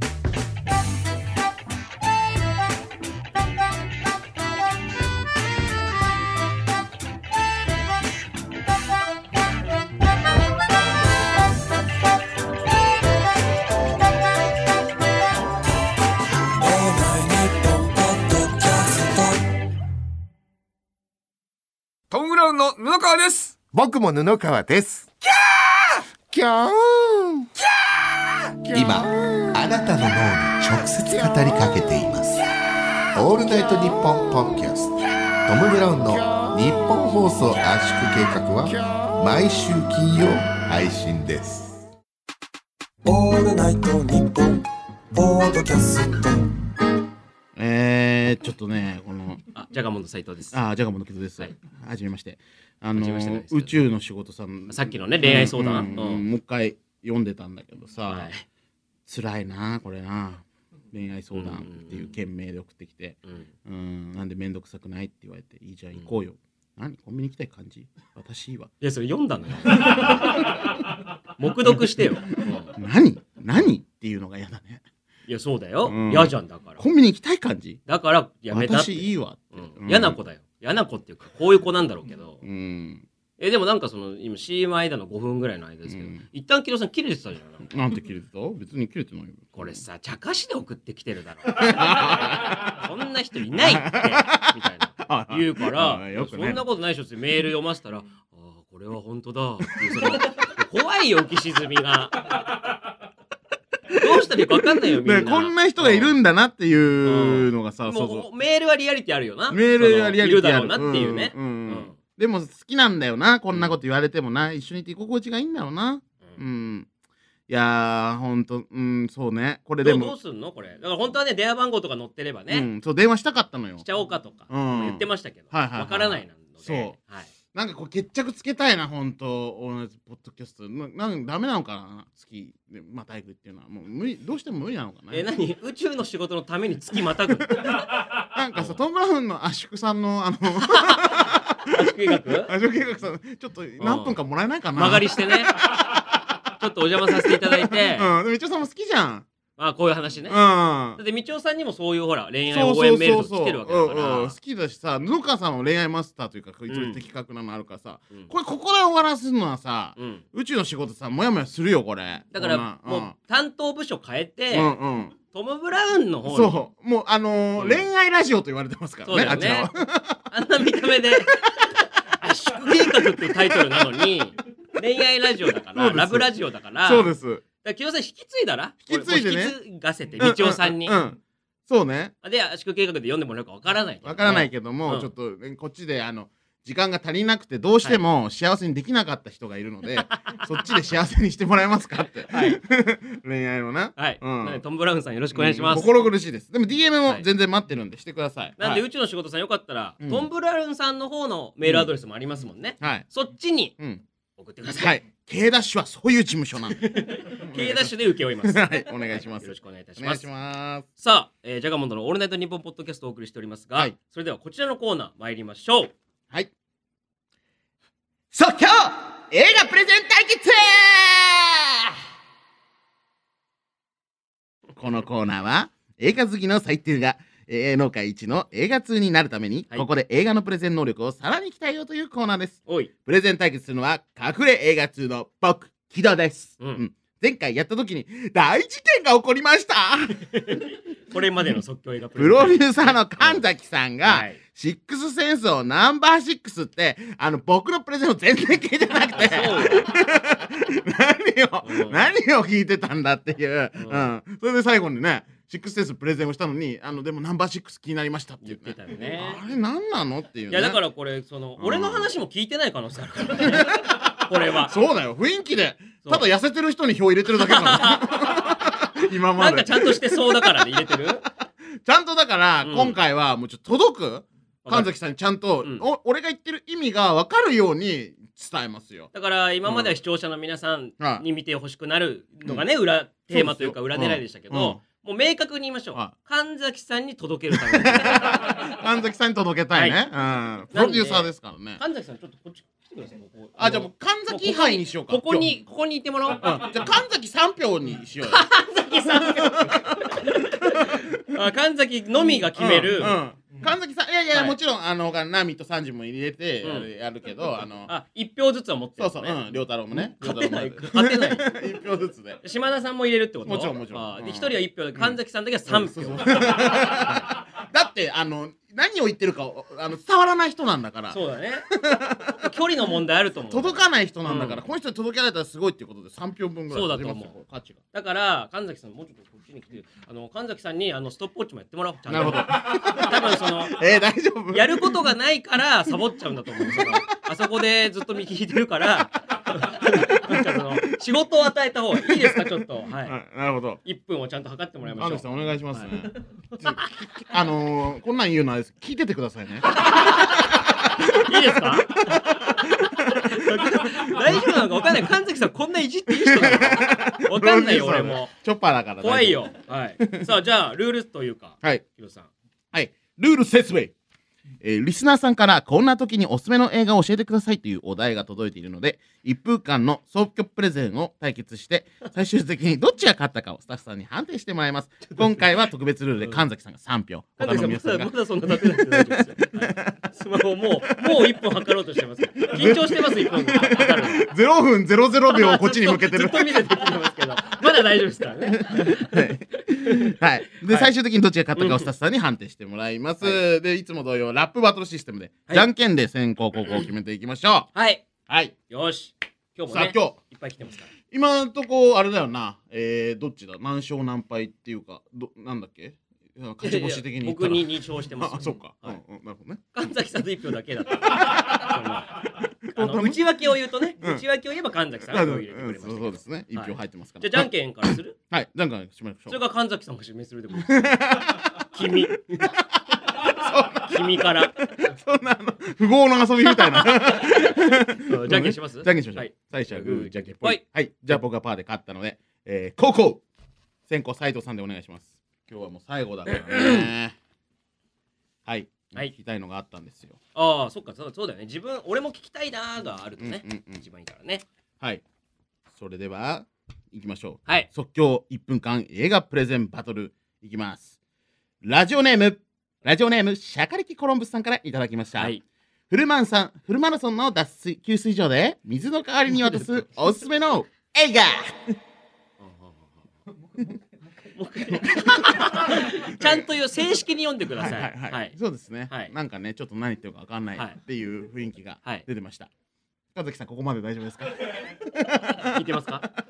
トム・ブラウンの布川です。 僕も布川です。 キャーキャーキャー今あなたの脳に直接語りかけています。オールナイトニッポンポッドキャストトム・ブラウンの日本放送圧縮計画は毎週金曜配信です。 オールナイトニッポンポッドキャスト。 えー、ちょっとねこのあジャガモンド斉藤です。 あジャガモンド斉藤です、はい、はじめまして。あのー、宇宙の仕事さんさっきのね恋愛相談、 うんうんうん、もう一回読んでたんだけどさ、はい、辛いなこれな恋愛相談っていう件名で送ってきて、うん、うんなんでめんどくさくないって言われていいじゃん行こうよ、うん、何コンビニ行きたい感じ私いいわ。 いやそれ読んだのよ黙読してよ、 うん、何何っていうのが嫌だね。 いやそうだよ嫌、うん、じゃんだからコンビニ行きたい感じだからやめたって。 私いいわって、 うん、嫌な子だよ嫌な子っていうかこういう子なんだろうけど、 うん、 えでもなんかその今 シーエム 間のごふんぐらいの間ですけど、うん、一旦木戸さん切れてたじゃん。 なんて切れてた？別に切れてないよ。 これさ茶化しで送ってきてるだろそんな人いないってみたいな言うからよく、ね、そんなことないでしょってメール読ませたら、ああこれは本当だっていうその怖いよ浮き沈みがどうしたらいいか分かんないよみんな、 ね、こんな人がいるんだなっていうのがさ、うん、そうそうメールはリアリティあるよな。 メールはリアリティあるいるだろうなっていうね、 うんうんうん、でも好きなんだよなこんなこと言われてもな、一緒にいて居心地がいいんだろうな、うん、うん、いやーほんとうんそうねこれでもどうすんのこれだから本当はね電話番号とか載ってればね、うん、 そう電話したかったのよ。 しちゃおうかとか、うん、言ってましたけど、はいはいはい、分からないなのでそう、はい、なんかこう決着つけたいなほんと同じポッドキャスト な, なんかダメなのかな月でまた行くっていうのはもう無理どうしても無理なのかな。 え何宇宙の仕事のために月またぐなんかさトム・ブラウンの圧縮さんのあの圧縮計画圧縮計画さんちょっと何分かもらえないかな、 曲がりしてねちょっとお邪魔させていただいてうんでみちおさんも好きじゃん。 あこういう話ね、うん、だってみちおさんにもそういうほら恋愛応援メールとか来てるわけだから、 好きだしさ布川さんも恋愛マスターというか一応的確なのあるからさ、うん、これここで終わらすのはさ、うん、宇宙の仕事さモヤモヤするよこれ。 だからもう、うん、担当部署変えて、うんうん、トム・ブラウンの方にそうもうあのーうん、恋愛ラジオと言われてますからね。そうだよねあちらはあんな見た目で圧縮計画っていうタイトルなのに恋愛ラジオだからラブラジオだからそうです。 だ木戸さん引き継いだら引き継いでね引き継がせてみちおさんに、うんうんうん、 そうねで圧縮計画で読んでもらうかわからないわからないけども、うん、ちょっとこっちであの時間が足りなくてどうしても幸せにできなかった人がいるので、はい、そっちで幸せにしてもらえますかって、はい、恋愛のな、 はい、うん、なのでトム・ブラウンさんよろしくお願いします、 うん、心苦しいです。でも ディーエム も全然待ってるんでしてください、はい、 なんで宇宙の仕事さんよかったら、うん、トム・ブラウンさんの方のメールアドレスもありますもんね、うん、はい、そっちに送ってください、はい、 K ダッシュはそういう事務所なんで K ダッシュで請け負いますはいお願いします。 よろしくお願いいたします。 お願いします。 さあ、えー、ジャガモンドのオールナイトニッポンポッドキャストをお送りしておりますが、はい、それではこちらのコーナー参りましょう。 はい。即興映画プレゼン対決。このコーナーは映画好きの斎藤が芸能界一の映画通になるために、はい、ここで映画のプレゼン能力をさらに鍛えようというコーナーです。おいプレゼン対決するのは隠れ映画通の僕木戸です、うんうん、前回やった時に大事件が起こりましたこれまでの即興映画プレゼンプロデューサーの神崎さんが、はい、シックスセンスをナンバーシックスってあの僕のプレゼンを全然聞いてなくて何を、うん、何を聞いてたんだっていう、うんうん、それで最後にねシックスセンスプレゼンをしたのにあのでもナンバーシックス気になりましたっていう、ね、 言ってたよね。 あれ何なのっていうね。 いやだからこれその、うん、俺の話も聞いてない可能性あるからねこれはそうだよ雰囲気でただ痩せてる人に票入れてるだけだ今までなんかちゃんとしてそうだからね入れてるちゃんとだから、うん、今回はもうちょっと届く神崎さんにちゃんと、うん、お俺が言ってる意味が分かるように伝えますよ。 だから今までは視聴者の皆さんに見てほしくなるのがね、うん、裏テーマというか裏狙いでしたけど、うんうん、もう明確に言いましょう、はい、神崎さんに届けるために神崎さんに届けたいね、はい、うん、プロデューサーですからね。 神崎さんちょっとこっち来てください。 あじゃあもう神崎杯にしようか。 ここにここにいてもらおう、うん、 じゃあ神崎さん票にしようよ神崎さん票あ神崎のみが決める、うんうん神崎さんいやいや、はい、もちろんあのナミとサンジも入れて、うん、やるけどあのあ一票ずつは持ってる、ね、 そうそううん亮太郎もね勝てない勝てない一票ずつで島田さんも入れるってこともちろんもちろんあで一人は一票で神崎さんだけは三票、うん、 だってあの何を言ってるかあの伝わらない人なんだから。 そうだね距離の問題あると思う。 届かない人なんだから、うん、この人に届けられたらすごいっていうことでさん票分ぐらい。 そうだと思う価値が。だから神崎さんもうちょっとこっちに来てあの神崎さんにあのストップウォッチもやってもらおう。ちゃんとなるほど多分そのえー、大丈夫やることがないからサボっちゃうんだと思うそのあそこでずっと見聞いてるからなんかその仕事を与えた方がいいですかちょっとはい、はい、 なるほどいっぷんをちゃんと測ってもらいましょう。 神崎さんお願いしますね、はい、あのー、こんなん言うのはです聞いててくださいねいいですか大丈夫なのか分かんない。神崎さんこんないじっていい人なのか分かんないよ俺もチョッパーだから怖いよ、はい、さあじゃあルールというかはいヒロさんはいルール説明えー、リスナーさんからこんな時におすすめの映画を教えてくださいというお題が届いているので、いっぷんかんの即興プレゼンを対決して最終的にどっちが勝ったかをスタッフさんに判定してもらいます。今回は特別ルールで神崎さんがさんぴょう、他の皆さんがまだそんな立てなくて大丈夫ですよ、はい、スマホもうもういっぷん測ろうとしてます。緊張してます。いっぷん測るのゼロふんゼロゼロびょうをこっちに向けてるずっと見せてきてますけどまだ大丈夫ですからねはい、で、はい、最終的にどっちが勝ったかをスタッフさんに判定してもらいます、はい、でいつも同様ラップバトルシステムで、はい、じゃんけんで先攻後攻を決めていきましょう。はいはい、よし、今日もね、さあ今日いっぱい来てますから、今んとこあれだよな、えー、どっちだ、何勝何敗っていうか、どなんだっけ、勝ち星的に僕にに勝してます、 ね、あ、そうか、 はい、 うんうん、なるほどね。 神崎さんといっぴょうだけだったあの内訳を言うとね、うん、内訳を言えば神崎さんが票を入れてくれましたけど、うん、そうですね、いっぴょう入ってますから、はい、じゃあじゃんけんからするはい、じゃんけんしましょう。 それが神崎さんが指名するでもいい君君からそんなの不合の遊びみたいなじゃんけんします。 じゃんけんしましょう、はい、最初はグーじゃんけんぽい。はい、じゃあ僕がパーで勝ったので、えー、後攻先攻斉藤さんでお願いします。今日はもう最後だからねはい、はい、聞きたいのがあったんですよ。 ああ、そっか、そうだよね。自分俺も聞きたいなーがあるとね、うんうんうん、一番いいからね。 はい、それでは行きましょう。 はい、 即興いっぷんかん映画プレゼンバトルいきます。ラジオネームラジオネームシャカリキコロンブスさんからいただきました、はい、フルマンさんフルマラソンの脱水給水場で水の代わりに渡すおすすめの映画ちゃんと正式に読んでください。 はいはいはいはい、そうですね、はい、なんかねちょっと何言ってるか分かんないっていう雰囲気が出てました、はい、神崎さんここまで大丈夫ですか聞いてますか、はい、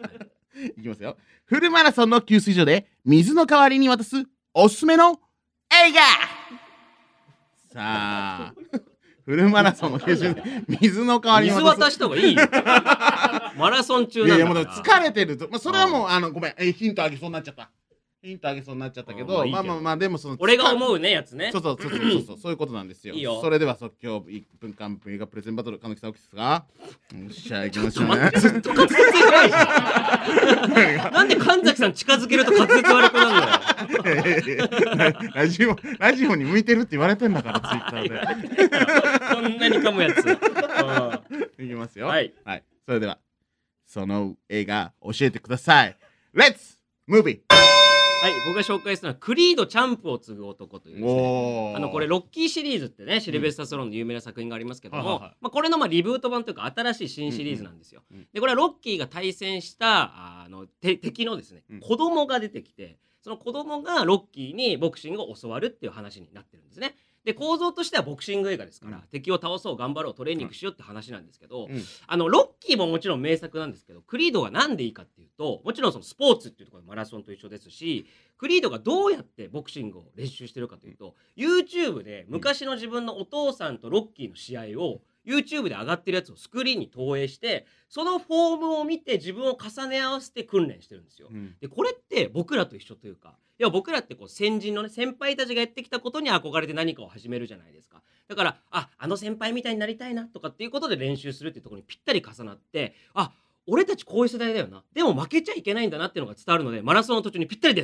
いきますよ。フルマラソンの給水所で水の代わりに渡すおすすめの映画さあフルマラソンの給水で水の代わりに水渡した方がいいよマラソン中なんだから。いやいやもう疲れてると、まあ、それはもうあのごめんえヒントあげそうになっちゃったヒントあげそうになっちゃったけど、まあまあまあでもその俺が思うねやつね。 そうそうそうそうそうそういうことなんですよ。いいよ。それでは即興いっぷんかん映画プレゼンバトル神崎さんおきですが、よっしゃ行きましょうね。ずっと滑舌悪いじゃん。なんで神崎さん近づけると滑舌悪くなるのよ。ラジオラジオに向いてるって言われてんだからツイッターで。 こんなに噛むやつ。 いきますよ。はいはい。それではその映画教えてください。レッツムービー。 はい、僕が紹介するのはクリードチャンプを継ぐ男というですね、あのこれロッキーシリーズってねシルベスター・スタローンの有名な作品がありますけども、うんまあ、これのまあリブート版というか新しい新シリーズなんですよ、うんうん、でこれはロッキーが対戦したあの敵のですね、うん、子供が出てきてその子供がロッキーにボクシングを教わるっていう話になってるんですね。で構造としてはボクシング映画ですから、うん、敵を倒そう頑張ろうトレーニングしようって話なんですけど、うん、あのロッキーももちろん名作なんですけどクリードがなんでいいかっていうともちろんそのスポーツっていうところでマラソンと一緒ですしクリードがどうやってボクシングを練習してるかというと YouTube で昔の自分のお父さんとロッキーの試合を YouTube で上がってるやつをスクリーンに投影してそのフォームを見て自分を重ね合わせて訓練してるんですよ、うん、でこれって僕らと一緒というかいや僕らってこう先人のね先輩たちがやってきたことに憧れて何かを始めるじゃないですか。だからああの先輩みたいになりたいなとかっていうことで練習するっていうところにぴったり重なってあ俺たちこういう世代だよなでも負けちゃいけないんだなっていうのが伝わるのでマラソンの途中にぴったりです。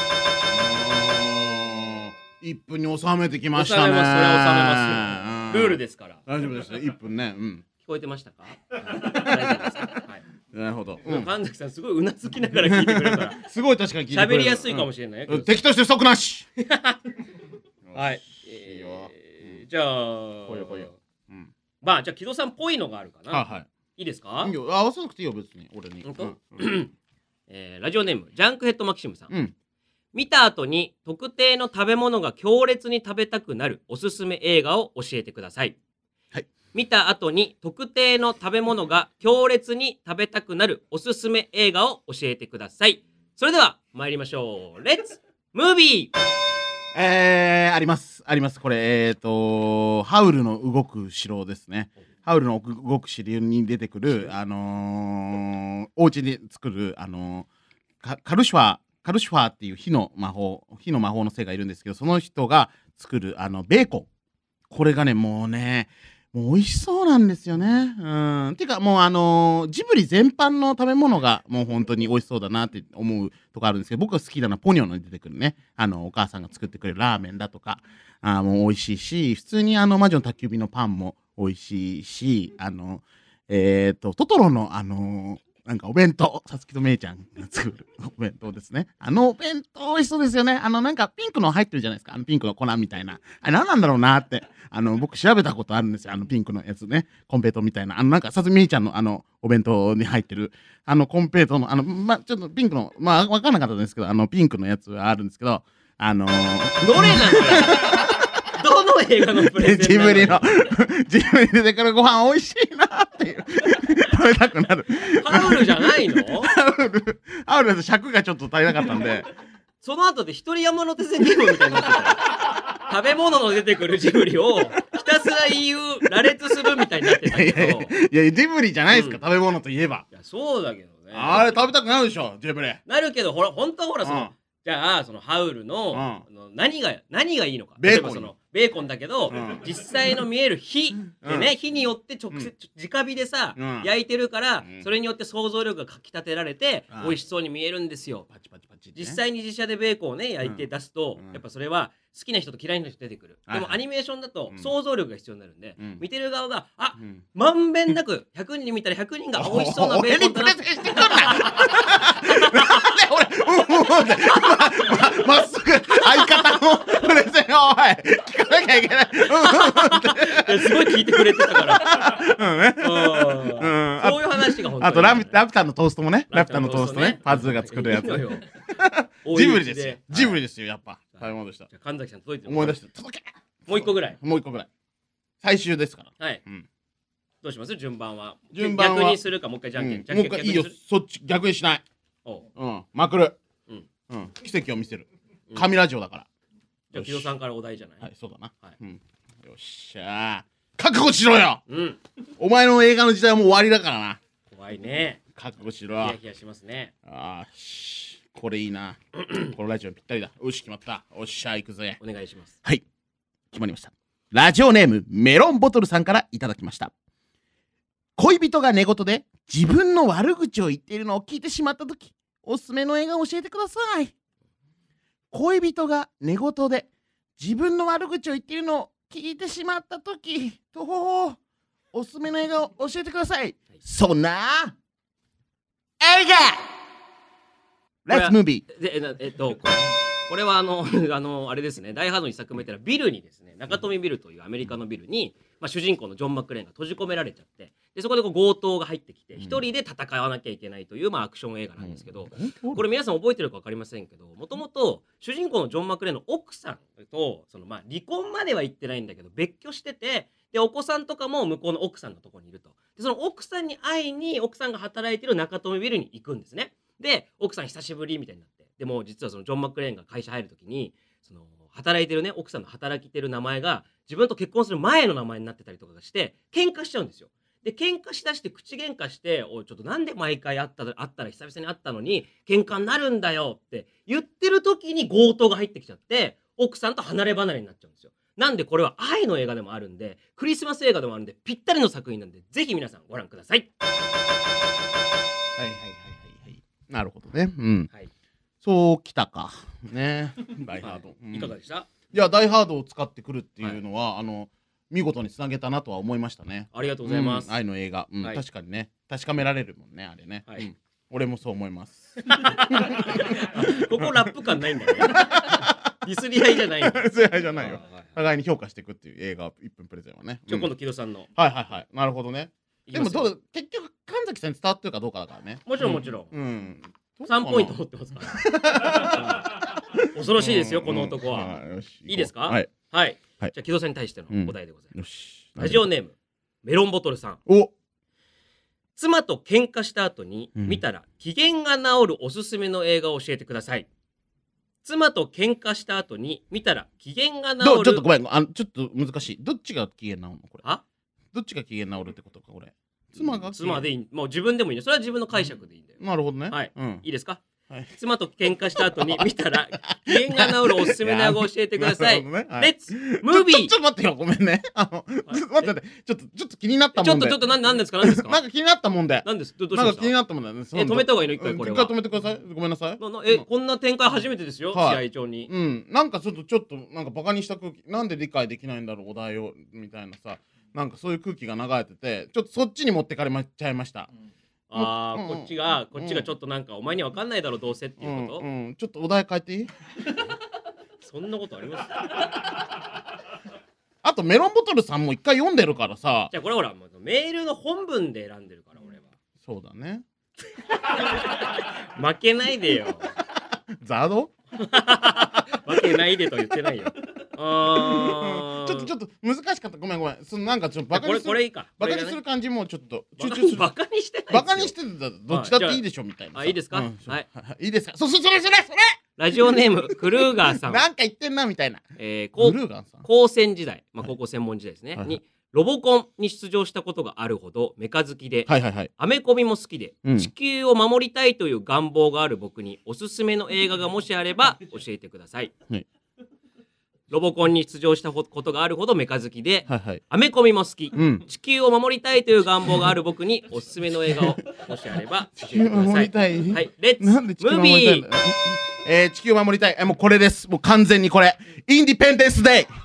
いっぷんに収めてきましたね。 収めますそれは収めますよ。ルールですから大丈夫ですよいっぷんね、うん、 聞こえてましたか、はい、大丈夫ですか、はいなるほど。 うん、神崎さんすごいうなずきながら聞いてくれるから。 すごい確かに聞いてくれる。 喋りやすいかもしれない。 うん、敵として不足なし。 はい。いいよ。えー、じゃあ。 ぽいよぽいよ。 うん。まあじゃあ木戸さんっぽいのがあるかな。 はいはい。 いいですか？ いいよ。合わせなくていいよ別に俺に。本当？うん、 えー、ラジオネームジャンクヘッドマキシムさん。うん。見た後に特定の食べ物が強烈に食べたくなるおすすめ映画を教えてください。見た後に特定の食べ物が強烈に食べたくなるおすすめ映画を教えてください。それでは参りましょう。レッツムービー。 えー、ありますあります。これえっ、ー、とハウルの動く城ですね。ハウルの動く城に出てくるあのー、お家で作るあのー、カルシファーカルシファーっていう火の魔法火の魔法の精がいるんですけどその人が作るあのベーコンこれがねもうねもう美味しそうなんですよね。うん。てかもうあのー、ジブリ全般の食べ物がもう本当に美味しそうだなって思うとこあるんですけど、僕が好きなのはポニョの出てくるね、あのお母さんが作ってくれるラーメンだとか、あもう美味しいし、普通にあの魔女の宅急便のパンも美味しいし、あのえっ、ー、とトトロのあのーなんかお弁当、さつきとめいちゃんが作るお弁当ですね。あのお弁当美味しそうですよね。あのなんかピンクの入ってるじゃないですか。あのピンクの粉みたいな。あれ何なんだろうなって。あの僕調べたことあるんですよ。あのピンクのやつね。コンペイトみたいな。あのなんかさつきめいちゃんのあのお弁当に入ってるあのコンペイトのあのまちょっとピンクのまあわかんなかったんですけど、あのピンクのやつがあるんですけど、あのー、 どれなんだよ。どの映画のプレゼンジブリのジブリでからご飯美味しいなっていう食べたくなる。 ハウルじゃないの？ ハウルハウルだと尺がちょっと足りなかったんで、 その後で一人山手線ゲームみたいになってた。食べ物の出てくるジブリをひたすら言う羅列するみたいになってたけど、 いやジブリじゃないですか、うん、食べ物といえば。 いやそうだけどね、 あれ食べたくなるでしょジブリ。 なるけどほら本当はほらその、うん、じゃあそのハウルの、うん、あの何が何がいいのか。 ベーコン。 例えばそのベーコンだけど、うん、実際の見える火でね、うん、火によって直接、うん、直火でさ、うん、焼いてるから、うん、それによって想像力がかきたてられて、うん、美味しそうに見えるんですよ。パチパチパチってね、実際に自社でベーコンをね焼いて出すと、うん、やっぱそれは好きな人と嫌いな人出てくる、うん、でもアニメーションだと想像力が必要になるんで、うん、見てる側があ、うん、まんべんなくひゃくにん見たらひゃくにんが美味しそうなベーコンだなって。なんで俺うんうんってまっすぐ相方のプレゼンをおい聞かなきゃいけない。 すごい聞いてくれてたから。うんね。そういう話が本当に。 あとラピュタのトーストもね、ラピュタのトーストね、パズーが作るやつ。ジブリですよ。ジブリですよやっぱ。食べ物でした。 神崎さん届いてる。 思い出した。届け。 もう一個ぐらい。 もう一個ぐらい。最終ですから。 はい。どうします？順番は。 順番は逆にするかもう一回じゃんけん。 もう一回いいよ。そっち逆にしない。うん。まくる。うん。奇跡を見せる。神ラジオだから。 じゃあ木戸さんからお題じゃない。 はい、そうだな。はい。よっしゃー。覚悟しろよ。うん。お前の映画の時代はもう終わりだからな。 怖いね。 覚悟しろ。 ヒヤヒヤしますね。 ああ、これいいな。このラジオぴったりだ。よし決まった。おっしゃ行くぜ。 お願いします。 はい。決まりました。ラジオネームメロンボトルさんからいただきました。恋人が寝言で自分の悪口を言っているのを聞いてしまったとき、おすすめの映画を教えてください。恋人が寝言で自分の悪口を言っているのを聞いてしまったとき、とほほおすすめの映画を教えてください。そんな映画レッツムービーでえっとこれこれはあのあのあれですね、ダイハードの一作目ってのはビルにですね、中富ビルというアメリカのビルに、まあ、主人公のジョン・マクレーンが閉じ込められちゃって、でそこでこう強盗が入ってきて一、うん、人で戦わなきゃいけないという、まあ、アクション映画なんですけど、うん、これ皆さん覚えてるか分かりませんけど、もともと主人公のジョン・マクレーンの奥さんとその、まあ、離婚までは言ってないんだけど別居してて、でお子さんとかも向こうの奥さんのところにいると。でその奥さんに会いに奥さんが働いてる中富ビルに行くんですね。で奥さん久しぶりみたいになって、でも実はそのジョン・マクレーンが会社入るときにその働いてるね奥さんの働きてる名前が自分と結婚する前の名前になってたりとかして喧嘩しちゃうんですよ。で喧嘩しだして口喧嘩して、おいちょっとなんで毎回会ったら会ったら久々に会ったのに喧嘩になるんだよって言ってる時に強盗が入ってきちゃって奥さんと離れ離れになっちゃうんですよ。なんでこれは愛の映画でもあるんで、クリスマス映画でもあるんでぴったりの作品なんで、ぜひ皆さんご覧ください。 はいはいはいはいはい。なるほどね。うん。はい。そうきたかね。ダイハード、はいうん、 いかがでした？ いやダイハードを使ってくるっていうのは、はい、あの見事につなげたなとは思いましたね。 ありがとうございます。 うん、愛の映画、うんはい、確かにね確かめられるもんねあれね。はいうん、俺もそう思います。 ここラップ感ないんだよね。ディスり合いじゃないよ。 ディスり合いじゃないよ。互いに評価していくっていう映画いっぷんプレゼンはね。 じゃあ今度木戸さんの。 はいはいはい。なるほどね。でもどう結局神崎さんに伝わってるかどうかだからね。 もちろんもちろん。 うん。 さんポイント持ってますから。恐ろしいですよこの男は。いいですか？はいはい。じゃあ木戸さんに対してのお題でございます。よし。ラジオネームメロンボトルさん。お。妻と喧嘩した後に見たら機嫌が治るおすすめの映画を教えてください。妻と喧嘩した後に見たら機嫌が治る。 ちょっとごめん、あのちょっと難しい。どっちが機嫌治るのこれ？あ？どっちが機嫌治るってことかこれ？妻が妻でいい、もう自分でもいいね。それは自分の解釈でいいんだよ。 なるほどね。 はい。いいですか？ はい、 妻と喧嘩した後に見たら機嫌が治るおすすめの映画を教えてください。ね、はい、レッツムービー。 ちょっと待ってよ、ごめんね。あの、はい、ちょっと待って、ちょっとちょっと気になったもんで。 ちょっとちょっとなんなんですかなんですか。 なんか気になったもんで。 なんです。どどうしました。 なんか気になったもんだね。 え止めた方がいいの一回これは。 一回止めてください。ごめんなさい。 ななえこんな展開初めてですよ、はい、試合中に。 うん、なんかちょっとちょっとなんかバカにした空気、なんで理解できないんだろうお題をみたいなさ、なんかそういう空気が流れてて、ちょっとそっちに持ってかれちゃいました。うん、 ああ、こっちが、こっちがちょっとなんか、お前にわかんないだろ、どうせっていうこと、 うんうん、ちょっとお題変えていいそんなことありますあとメロンボトルさんも一回読んでるからさ。 じゃあこれほら、メールの本文で選んでるから、俺は。 そうだね。 負けないでよ。 ザード負けないでと言ってないよ。 あちょっとちょっと難しかった。ごめんごめん。そのなんかちょっとバカにする、これこれいいか。バカにする感じもちょっと集中する。 バカにしてない。 バカにしてた。どっちだっていいでしょみたいな。 あ、いいですか。はい。 いいですか。そそそれそれそれ。 ラジオネームクルーガーさん。 なんか言ってんなみたいな。 えー、クルーガーさん。高専時代、まあ高校専門時代ですね。にロボコンに出場したことがあるほどメカ好きで、アメコミも好きで、地球を守りたいという願望がある僕におすすめの映画がもしあれば教えてください。ロボコンに出場したことがあるほどメカ好きで、はいはい、アメコミも好き、うん、地球を守りたいという願望がある僕におすすめの映画をもしあれば教えてください。はい、レッツムービー。 えー、地球を守りたい。え、もうこれです。もう完全にこれ。インディペンデンスデイ。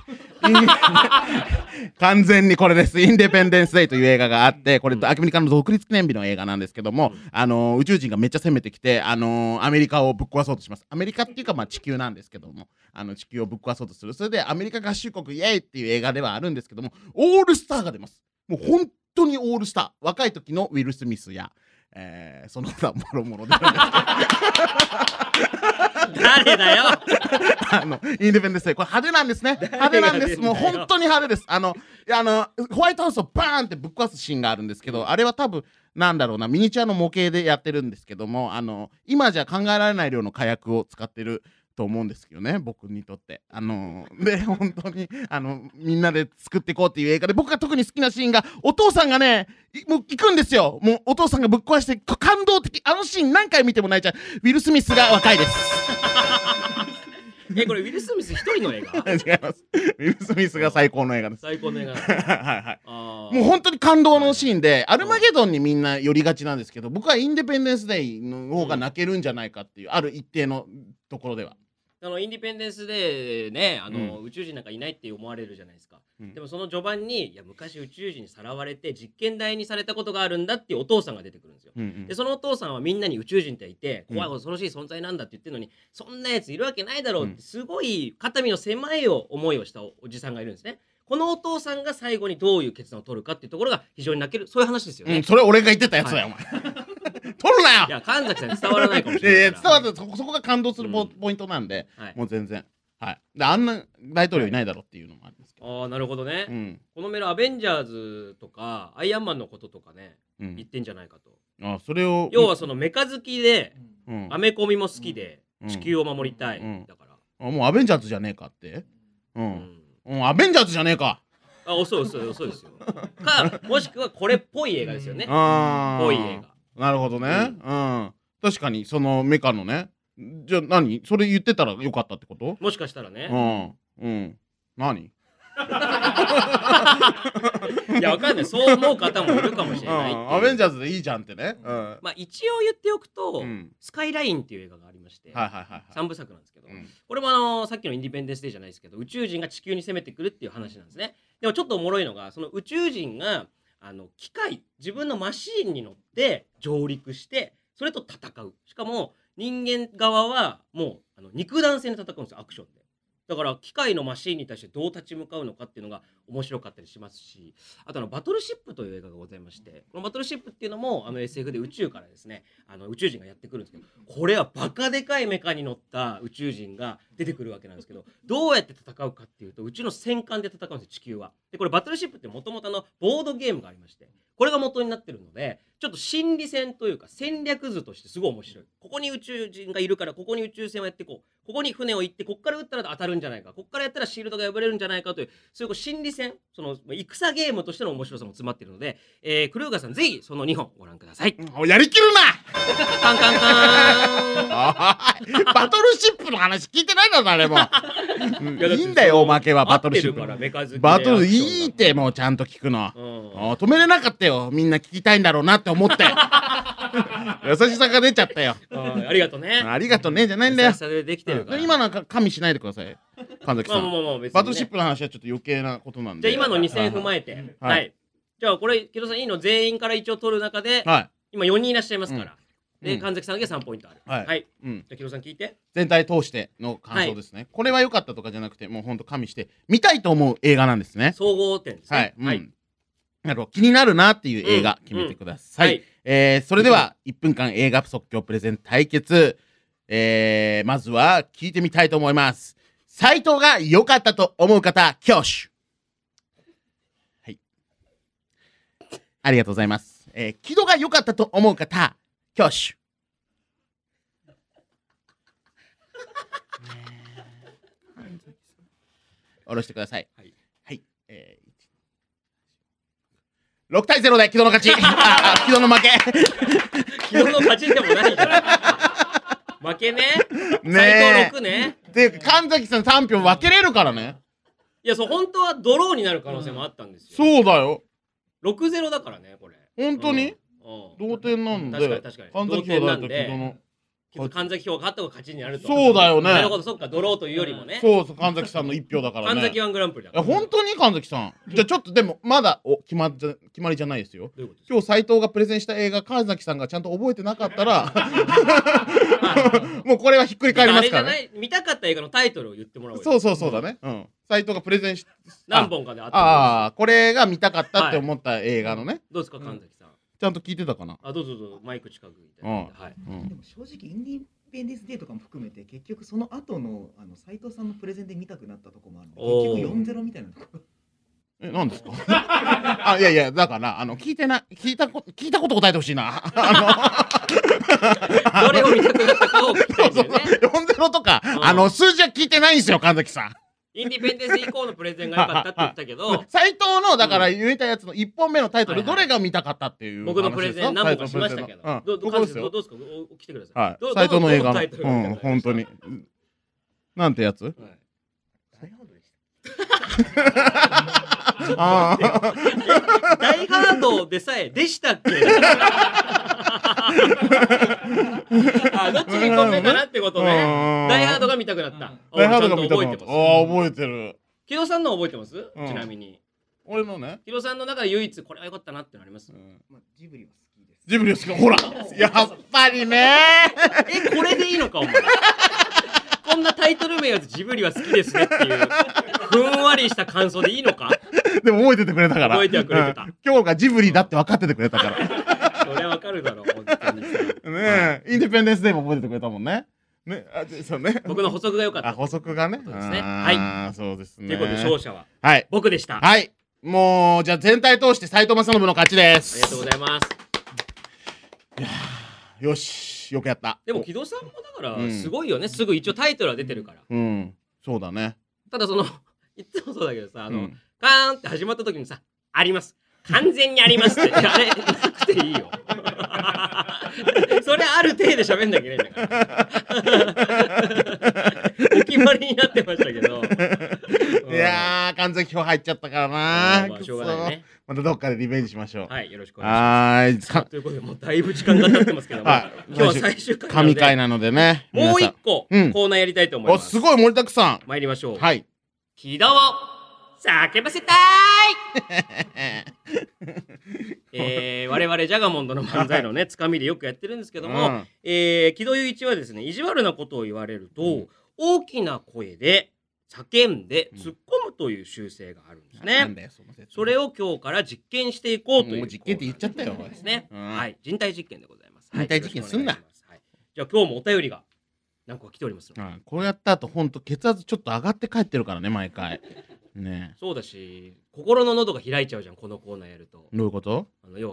完全にこれです。インディペンデンスデイという映画があって、これアメリカの独立記念日の映画なんですけども、あのー、宇宙人がめっちゃ攻めてきて、あのー、アメリカをぶっ壊そうとします。アメリカっていうかまあ地球なんですけども、あの地球をぶっ壊そうとする。それでアメリカ合衆国イエーイっていう映画ではあるんですけども、オールスターが出ます。もう本当にオールスター。若い時のウィル・スミスや、えー、その他もろもろで誰だよあのインディペンデンスデーこれ派手なんですね。派手なんです。もう本当に派手です。あのあのホワイトハウスをバーンってぶっ壊すシーンがあるんですけど、あれは多分なんだろうな、ミニチュアの模型でやってるんですけども、あの今じゃ考えられない量の火薬を使ってると思うんですけどね、僕にとって。あのー、で本当にあのみんなで作っていこうっていう映画で、僕が特に好きなシーンが、お父さんがねもう行くんですよ。もうお父さんがぶっ壊して感動的。あのシーン何回見ても泣いちゃう。ウィル・スミスが若いですえ、これウィル・スミス一人の映画違います。ウィル・スミスが最高の映画です。 最高の映画はいはい。もう本当に感動のシーンで、アルマゲドンにみんな寄りがちなんですけど、僕はインディペンデンスデイの方が泣けるんじゃないかっていう、ある一定のところでは。 あのインディペンデンスでね、あの、うん、宇宙人なんかいないって思われるじゃないですか、うん、でもその序盤にいや昔宇宙人にさらわれて実験台にされたことがあるんだっていうお父さんが出てくるんですよ、うんうん、でそのお父さんはみんなに宇宙人っていて怖い恐ろしい存在なんだって言ってるのに、そんなやついるわけないだろうってすごい肩身の狭い思いをしたおじさんがいるんですね。このお父さんが最後にどういう決断を取るかっていうところが非常に泣ける、そういう話ですよね、 うん、それ俺が言ってたやつだよ、はい、お前取るなよ。 いや神崎さんに伝わらないかもしれない。いやいや伝わってそこ、そこが感動するポ、うん、ポイントなんで、はい、もう全然はいであんな大統領いないだろうっていうのもあるんですけど、 はい、ああなるほどね、うん、このメールアベンジャーズとかアイアンマンのこととかね、うん、言ってんじゃないかと。 あそれを要はそのメカ好きで、うん、アメコミも好きで、うん、地球を守りたい、うん、だからあもうアベンジャーズじゃねえかってうん、うん、アベンジャーズじゃねえか。 あ遅い遅い遅いですよかもしくはこれっぽい映画ですよね。あぽい映画。なるほどね、うん、うん、確かにそのメカのね。じゃあ何それ言ってたらよかったってこと？ もしかしたらね。 うんうん何いやわかんない、そう思う方もいるかもしれない。 アベンジャーズでいいじゃんってね、うん、 まあ一応言っておくと、うん、スカイラインっていう映画がありまして、 はいはいはいはい、 さんぶさくなんですけど、うん、これもあのー、さっきのインディペンデンスデーじゃないですけど宇宙人が地球に攻めてくるっていう話なんですね。でもちょっとおもろいのがその宇宙人があの機械自分のマシーンに乗って上陸してそれと戦う。しかも人間側はもうあの肉弾戦で戦うんですよ、アクションで。だから機械のマシーンに対してどう立ち向かうのかっていうのが面白かったりしますし、あとあのバトルシップという映画がございまして、このバトルシップっていうのもあの エスエフ で宇宙からですねあの宇宙人がやってくるんですけど、これはバカでかいメカに乗った宇宙人が出てくるわけなんですけど、どうやって戦うかっていうとうちの戦艦で戦うんですよ、地球は。でこれバトルシップってもともとのボードゲームがありまして、これが元になってるのでちょっと心理戦というか戦略図としてすごい面白い。ここに宇宙人がいるからここに宇宙船をやってこう、ここに船を行ってここから撃ったら当たるんじゃないか、ここからやったらシールドが破れるんじゃないかという、そういうこう心理戦、その戦ゲームとしての面白さも詰まっているので、えー、クルーガーさんぜひそのにほんご覧ください。 おやりきるなカンカンカーンバトルシップの話聞いてないだろ誰もいいんだよおまけはバトルシップバトルいいってもうちゃんと聞くの、うん、止めれなかったよみんな聞きたいんだろうなって思って優しさが出ちゃったよあ, ありがとうねありがとうねじゃないんだよ優しさでできてるから、 うん、今なんか加味しないでください神崎さん、まあまあまあ別にね、バトルシップの話はちょっと余計なことなんでじゃあ今のに戦踏まえて、はい、はい、じゃあこれ木戸さんいいの全員から一応取る中で、はい、今よにんいらっしゃいますから、うん、で神崎さんだけさんポイントあるはい、はい、うん、じゃあ木戸さん聞いて全体通しての感想ですね、はい、これは良かったとかじゃなくてもうほんと加味して見たいと思う映画なんですね総合点ですねはい、うん、はい、 なるほど気になるなっていう映画決めてください、うんうん、はい、えー、それではいっぷんかん映画即興プレゼン対決、えー、まずは聞いてみたいと思います。斉藤が良かったと思う方挙手。はい、ありがとうございます。えー、木戸が良かったと思う方挙手。下ろしてください。はい、はい、えーろくたいゼロで木戸の勝ちあ木戸の負け木戸の勝ちでもないじゃん負けねね斉藤ろくねっていうか神崎さんさんぴょう分けれるからねいやそう本当はドローになる可能性もあったんですよ、うん、そうだよろくたいゼロだからねこれ本当に、うんうん、同点なんで確かに確かに神崎兄弟と木戸の神崎票が勝った方が勝ちになるとそうだよねなるほどそっかドローというよりもねそうそう神崎さんのいち票だからね神崎ワングランプリだから本当に神崎さんじゃあちょっとでもまだお決まっ決まりじゃないですよどういうことですか今日斉藤がプレゼンした映画神崎さんがちゃんと覚えてなかったらもうこれはひっくり返りますからねあれじゃない見たかった映画のタイトルを言ってもらおうそうそうそうだねうん斉藤がプレゼンし何本かであったああこれが見たかったって思った映画のね、 はい、どうですか神崎さん、うん、 ちゃんと聞いてたかなあどうぞどうぞマイク近くみたいな、うんはいうん、でも正直インディーペンデンスデーとかも含めて結局その後のあの斉藤さんのプレゼンで見たくなったところもあるので結局よんたいゼロみたいなところえ何ですかあいやいやだからあの聞いてな聞いたこと聞いたこと答えてほしいなあのどれを見たくなったかを聞きたいんだよねよんたいゼロとかあの数字は聞いてないんですよ神崎さんインディペンデンス以降のプレゼンが良かったって言ったけど斉藤のだから言えたやつのいっぽんめのタイトルどれが見たかったっていう僕のプレゼン何本かしましたけどどうですかどうですか来てください斉藤の映画のうん本当になんてやつダイハードでしたあダイハードでさえでしたっけあどっちに行こうかなってことねダイハードが見たくなったダイハードが見たくなったああ覚えてる木戸さんの覚えてますちなみに俺のね木戸さんの中で唯一これは良かったなってのありますジブリは好きですジブリは好きほらやっぱりねえこれでいいのかお前こんなタイトル名やつジブリは好きですねっていうふんわりした感想でいいのかでも覚えててくれたから覚えてはくれてた、うん、 今日がジブリだって分かっててくれたからそれは分かるだろう本当にねえ、インディペンデンスデーも覚えててくれたもんねねあそうね僕の補足が良かったあ補足がねそうですねはいそうですねということで勝者ははい僕でしたはいもうじゃあ全体通して斉藤正信の勝ちですありがとうございますいやよしよくやった。 でも木戸さんもだからすごいよね、うん、すぐ一応タイトルは出てるからうんそうだね。 ただそのいつもそうだけどさあの、うん、カーンって始まった時にさあります完全にありますってあれなくていいよそれある程度喋んなきゃいけないんだからお決まりになってましたけどいやー完全票入っちゃったからな、 まあ、しょうがないね。 またどっかでリベンジしましょう。 はいよろしくお願いします。はいということでもうだいぶ時間が経ってますけども、はい、今日は最終回なので神回なのでねもう一個、うん、コーナーやりたいと思います。 おすごい盛りだくさん参りましょう。 はい木戸を叫ばせたーいえー、我々ジャガモンドの漫才のねつかみでよくやってるんですけども、うんえー、木戸雄一はですね意地悪なことを言われると、うん、大きな声で叫んで突っ込むという習性があるんですね、うん、なんだよその説。それを今日から実験していこうというもう実験って言っちゃったよですね、うん、はい人体実験でございます。 人体実験すんな、はい、 じゃあ今日もお便りが何個か来ておりますので、 うん、こうやった後ほんと血圧ちょっと上がって帰ってるからね毎回ね。 そうだし心の喉が開いちゃうじゃんこのコーナーやると。 どういうこと？ あの要は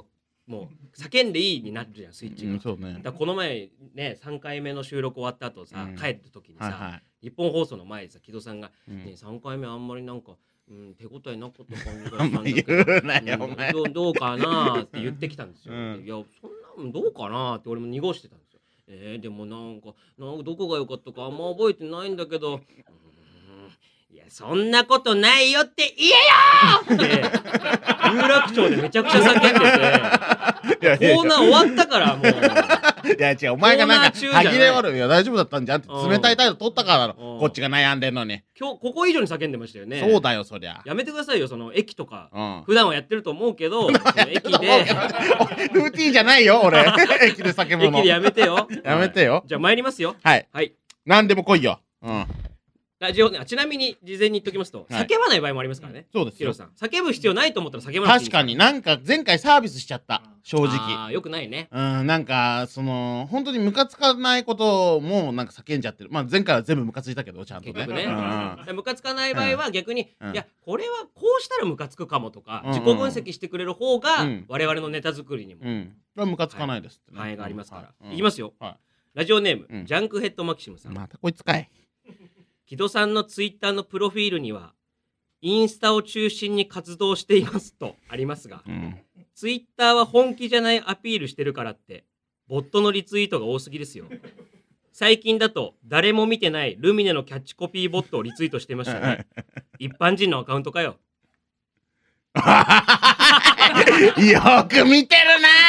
もう叫んでいいになるじゃんスイッチが、 うん、そうね。 だからこの前ねさんかいめの収録終わった後さ、 うん、 帰る時にさ、 はいはい、 日本放送の前でさ木戸さんが、 うんね、さんかいめあんまりなんか、うん、手応えなかった感じがしたんだけ言うなよ、 ど、うん、 お前どうどうかなって言ってきたんですよ、 うん、 いやそんなんどうかなって俺も濁してたんですよ。えー、でもなんかなんかどこが良かったかあんま覚えてないんだけど、うーん、いやそんなことないよって言えよって有楽町でめちゃくちゃ叫んでてコーナー終わったからもういや違う、お前がなんか歯切れ悪いよ、大丈夫だったんじゃんって冷たい態度取ったからだろ、こっちが悩んでんのに。 今日ここ以上に叫んでましたよね。 そうだよ、そりゃ。 やめてくださいよ、その駅とか、 うん、 普段はやってると思うけど、その駅でルーティンじゃないよ、俺。駅で叫ぶの。 駅でやめてよ。 やめてよ。 じゃあ参りますよ。 はい。 はい。 何でも来いよ。うん。 ラジオね、ちなみに事前に言っときますと、はい、叫ばない場合もありますからね。 そうですよ。 ヒロさん、叫ぶ必要ないと思ったら叫ばない。 確かになんか前回サービスしちゃった。正直。 ああ、よくないね。 うん、なんかその本当にムカつかないこともなんか叫んじゃってる。まあ前回は全部ムカついたけどちゃんとね。 結局ね。 うん、 ムカつかない場合は逆に、うん、いやこれはこうしたらムカつくかもとか、うん、自己分析してくれる方が、うん、我々のネタ作りにも。うん。これはムカつかないですってね。 範囲がありますから。うん、いきますよ。 はい、 ラジオネーム、うん、ジャンクヘッドマキシムさん。 またこいつかい。 木戸さんのツイッターのプロフィールにはインスタを中心に活動していますとありますが、うん、ツイッターは本気じゃないアピールしてるからってボットのリツイートが多すぎですよ。最近だと誰も見てないルミネのキャッチコピーボットをリツイートしてましたね。一般人のアカウントかよ。 よく見てるな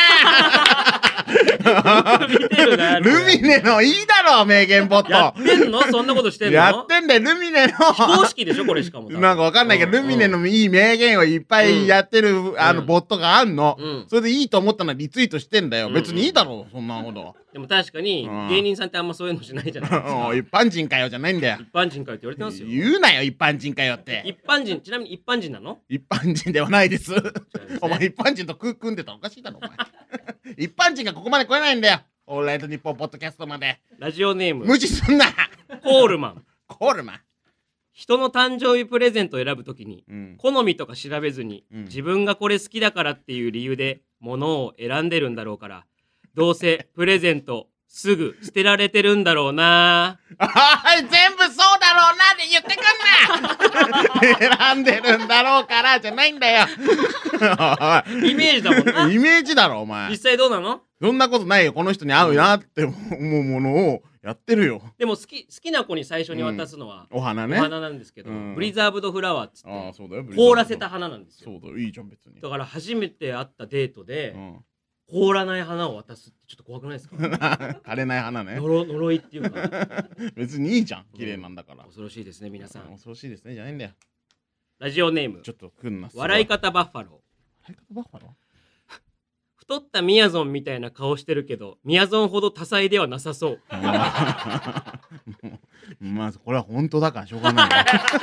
ルミネのいいだろ名言ボットやってんのそんなことしてんのやってんだよルミネの非公式でしょこれしかもなんかわかんないけど、うん、ルミネのいい名言をいっぱいやってる、うん、あのボットがあんの、うん、それでいいと思ったのリツイートしてんだよ、うん、別にいいだろそんなことでも確かに、うん、芸人さんってあんまそういうのしないじゃないですか一般人かよじゃないんだよ一般人かよって言われてますよ言うなよ一般人かよって一般人ちなみに一般人なの一般人ではないですお前一般人と組んでたらおかしいだろお前一般人がここまで来れないんだよオールナイトニッポンポッドキャストまでラジオネーム無視すんなコールマンコールマン人の誕生日プレゼントを選ぶときに、うん、好みとか調べずに、うん、自分がこれ好きだからっていう理由で物を選んでるんだろうからどうせプレゼントすぐ捨てられてるんだろうな全部そうだろうなって言ってくんな選んでるんだろうからじゃないんだよイメージだもんなイメージだろお前実際どうなのそんなことないよこの人に合うなって思うものをやってるよでも好き好きな子に最初に渡すのは、 うん、お花ねお花なんですけど、うん、ブリザーブドフラワーっつってあそうだよ凍らせた花なんですよそうだよいいじゃん別にだから初めて会ったデートで、うん凍らない花を渡すってちょっと怖くないですか枯れない花ね呪呪いっていうか別にいいじゃん綺麗なんだから、 うん、恐ろしいですね皆さん恐ろしいですねじゃないんだよラジオネームちょっとくんな笑い方バッファロー笑い方バッファロー太ったみやぞんみたいな顔してるけどみやぞんほど多彩ではなさそうまあこれは本当だからしょうがない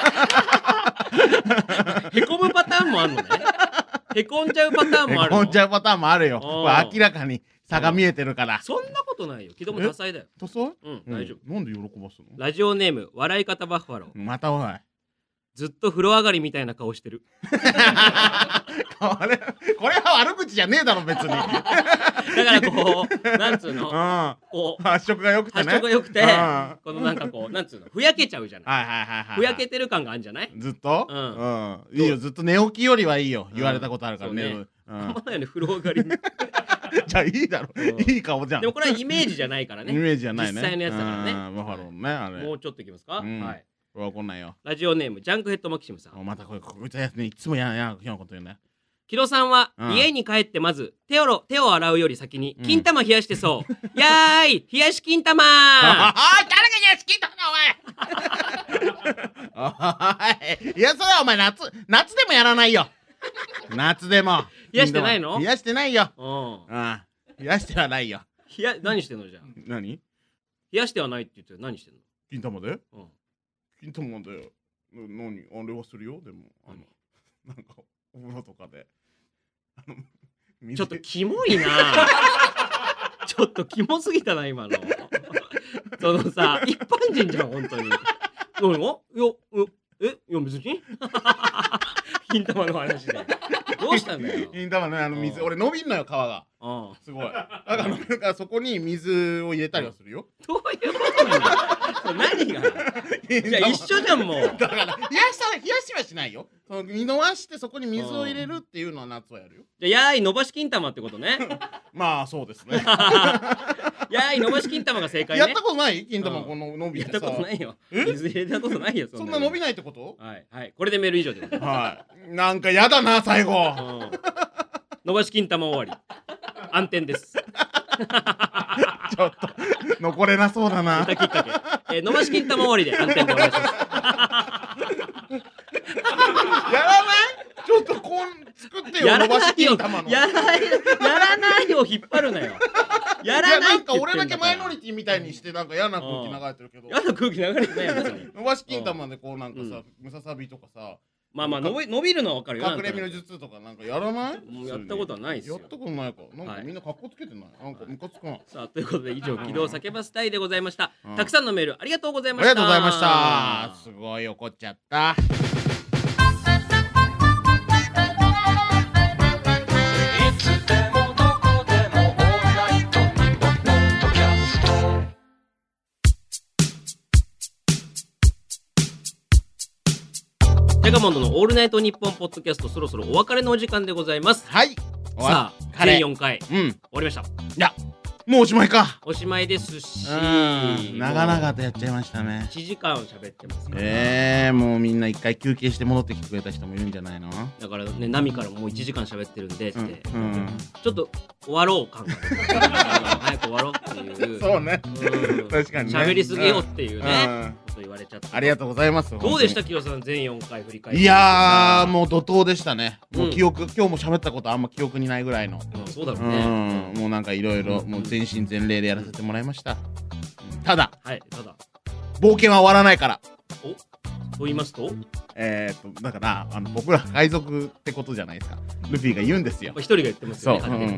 へこむパターンもあるのねへこんじゃうパターンもあるのへこんじゃうパターンもあるよこれ明らかに差が見えてるからそんなことないよ木戸も多彩だよ多彩うん大丈夫なんで喜ばすのラジオネーム笑い方バッファローまたおいずっと風呂上がりみたいな顔してるこれこれは悪口じゃねえだろ別にだからこうなんつうのこう発色が良くてね発色が良くてこのなんかこうなんつうのふやけちゃうじゃないはいはいはいはいふやけてる感があるんじゃないずっとうんいいよずっと寝起きよりはいいよ言われたことあるからねたまないよね風呂上がりじゃあいいだろいい顔じゃんでもこれはイメージじゃないからねイメージじゃないね実際のやつだからねバッファローねあれもうちょっといきますかはいわかんないよラジオネームジャンクヘッドマキシムさんまたこれこいつやつねいつもやな嫌なこと言うね木戸さんは、うん、家に帰ってまず手を手を洗うより先に金玉冷やしてそう、うん、やーい冷やし金玉ーおい誰が冷やし金玉だおいいやそれはお前夏夏でもやらないよ夏でも冷やしてないの冷やしてないようん冷やしてはないよ冷や何してんのじゃあ何冷やしてはないって言って何してんの金玉でうん金玉で何あれはするよでもあのなんかお風呂とかであのちょっとキモいなちょっとキモすぎたな今のそのさ一般人じゃん本当にどうよよえいや別に金玉の話でどうしたんだよ。 金玉のあの水、俺伸びんのよ皮が。すごい。だから伸びるからそこに水を入れたりはするよ。 どういうことなの？何が？じゃあ一緒じゃんもう。 だから冷やした冷やしはしないよ。その見逃してそこに水を入れるっていうのは夏はやるよ。 じゃあやーい伸ばし金玉ってことね。 まあそうですね。 やーい伸ばし金玉が正解ね。 やったことない金玉この伸びてさ。 やったことないよ。水入れたことないよ。 そんな伸びないってこと？ はいはい。これでメール以上で。 はい。なんかやだな最後。 伸ばし金玉終わり。暗転です。ちょっと残れなそうだな。 歌きっかけ。えー、伸ばし金玉終わりで暗転でお願いします。 やらない？ちょっとこん作ってよ伸ばし金玉の。 やらないやらないよ引っ張るなよ。やらないって言ってんだから。なんか俺だけマイノリティみたいにしてなんか嫌な空気流れてるけど。 嫌な空気流れてないよ別に。 伸ばし金玉でこうなんかさムササビとかさ。 まあまあ伸び伸びるのはわかるよ。 隠れ身の術とかなんかやらない？ もうやったことはないですよ。 やったことないか。なんかみんな格好つけてない。なんかムカつくな。 さあということで以上軌道叫ばす隊でございました。たくさんのメールありがとうございました。 ありがとうございました。すごい怒っちゃった。 ジャガモンドのオールナイトニッポンポッドキャストそろそろお別れのお時間でございます。 はい。 さあ全よんかい、うん、終わりました。いやもうおしまいか。 おしまいですし、 長々とやっちゃいましたね。 いちじかん喋ってますから。 ええー、もうみんな一回休憩して戻ってきてくれた人もいるんじゃないの？ だからねナミからもういちじかん喋ってるんでって、うんうん、ちょっと終わろう感覚早く終わろうっていう。 そうね、うん、確かにね喋りすぎよっていうね、うんこと言われちゃった。 ありがとうございます。 どうでしたキヨさん全よんかい振り返って。 いやーもう怒涛でしたね、うん、もう記憶今日も喋ったことあんま記憶にないぐらいの、 うん、そうだろうね、 うん、もうなんかいろいろもう全身全霊でやらせてもらいました、うん、ただ、 はい、ただ冒険は終わらないから。 おと言いますとえー、っとだからあの僕ら海賊ってことじゃないですか。ルフィが言うんですよ。 一人が言ってますよね。 そう、うんうん、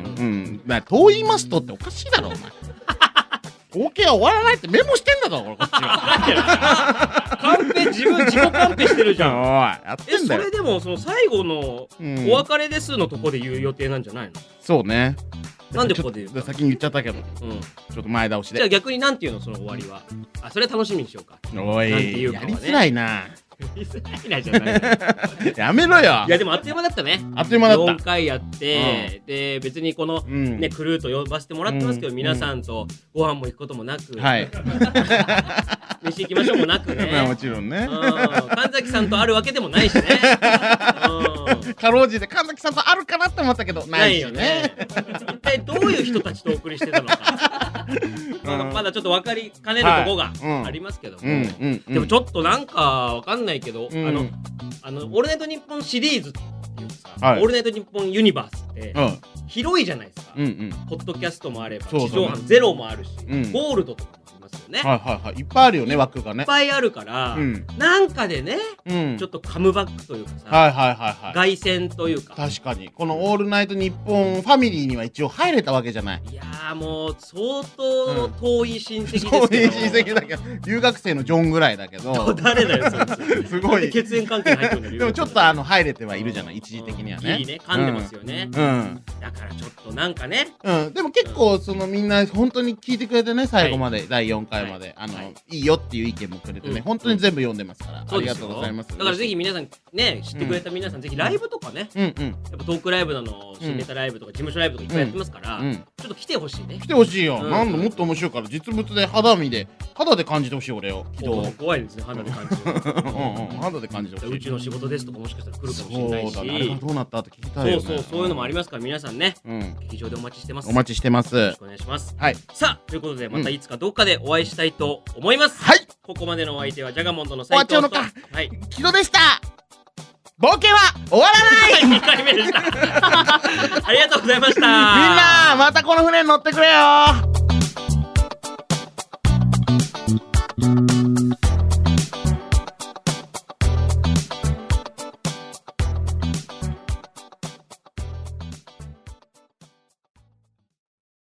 だからと言いますとっておかしいだろお前。冒険は終わらないってメモしてんだぞこれこっちは。 カンペ自分自己カンペしてるじゃん。 おいやってんだよ。 えそれでもその最後のお別れですのとこで言う予定なんじゃないの？ そうね。 なんでここで言うか。 先に言っちゃったけど、うん、ちょっと前倒しで。 じゃあ逆になんていうのその終わりは。あそれ楽しみにしようか。 おい、 なんていうかはね、 やりづらいな。 やりづらいなじゃない。 やめろよ。 いやでもあっという間だったね。 あっという間だった。 よんかいやって、うん、で別にこの、うん、ねクルーと呼ばせてもらってますけど、うん、皆さんとご飯も行くこともなく、はい。飯行きましょうもなくね。 まあもちろんね。 神崎さんとあるわけでもないしね。 かろうじて神崎さんとあるかなって思ったけどないよね。 一体どういう人たちとお送りしてたのか。まだちょっと分かりかねるとこがありますけども、でもちょっとなんか分かんないけど、あのあのオールナイトニッポンシリーズっていうさ、オールナイトニッポンユニバースって広いじゃないですか。ポッドキャストもあれば地上波ゼロもあるし、ゴールドとかもありますよね。 はいはいはい、いっぱいあるよね枠がね。 いっぱいあるからなんかでね、ちょっとカムバックというかさ、 はいはいはいはい、 凱旋というか。 確かにこのオールナイトニッポンファミリーには一応入れたわけじゃない。 いやーもう相当遠い親戚ですけど、 遠い親戚だけど留学生のジョンぐらいだけど誰だよそいつ。 すごい血縁関係に入ってるんだよ。 でもちょっとあの入れてはいるじゃない、一時的にはね。 いいね、噛んでますよね。うん。だからちょっとなんかね。 うん。でも結構そのみんな本当に聞いてくれてね、最後までだいよんかいまであのいいよっていう意見もくれてね、本当に全部読んでますからありがとうございます。 だからぜひ皆さんね知ってくれた皆さんぜひライブとかね、やっぱトークライブなの新ネタライブとか事務所ライブとかいっぱいやってますからちょっと来てほしいね。 来てほしいよ。なんだもっと面白いから実物で肌身で肌で感じてほしい俺を。 怖いですね肌で感じる。 肌で感じてほしい。 うちの仕事ですとかもしかしたら来るかもしれないし、 そうだ、あれがどうなったって聞きたいよね。 そうそうそういうのもありますから皆さんね劇場でお待ちしてます。 お待ちしてます。 よろしくお願いします。 はい。 さあということでまたいつかどっかでお会いしたいと思います。 はい。 ここまでのお相手はジャガモンドの斉藤と、 はい、木戸でした。冒険は終わらない。 にかいめでした。ありがとうございました。みんなまたこの船に乗ってくれよ。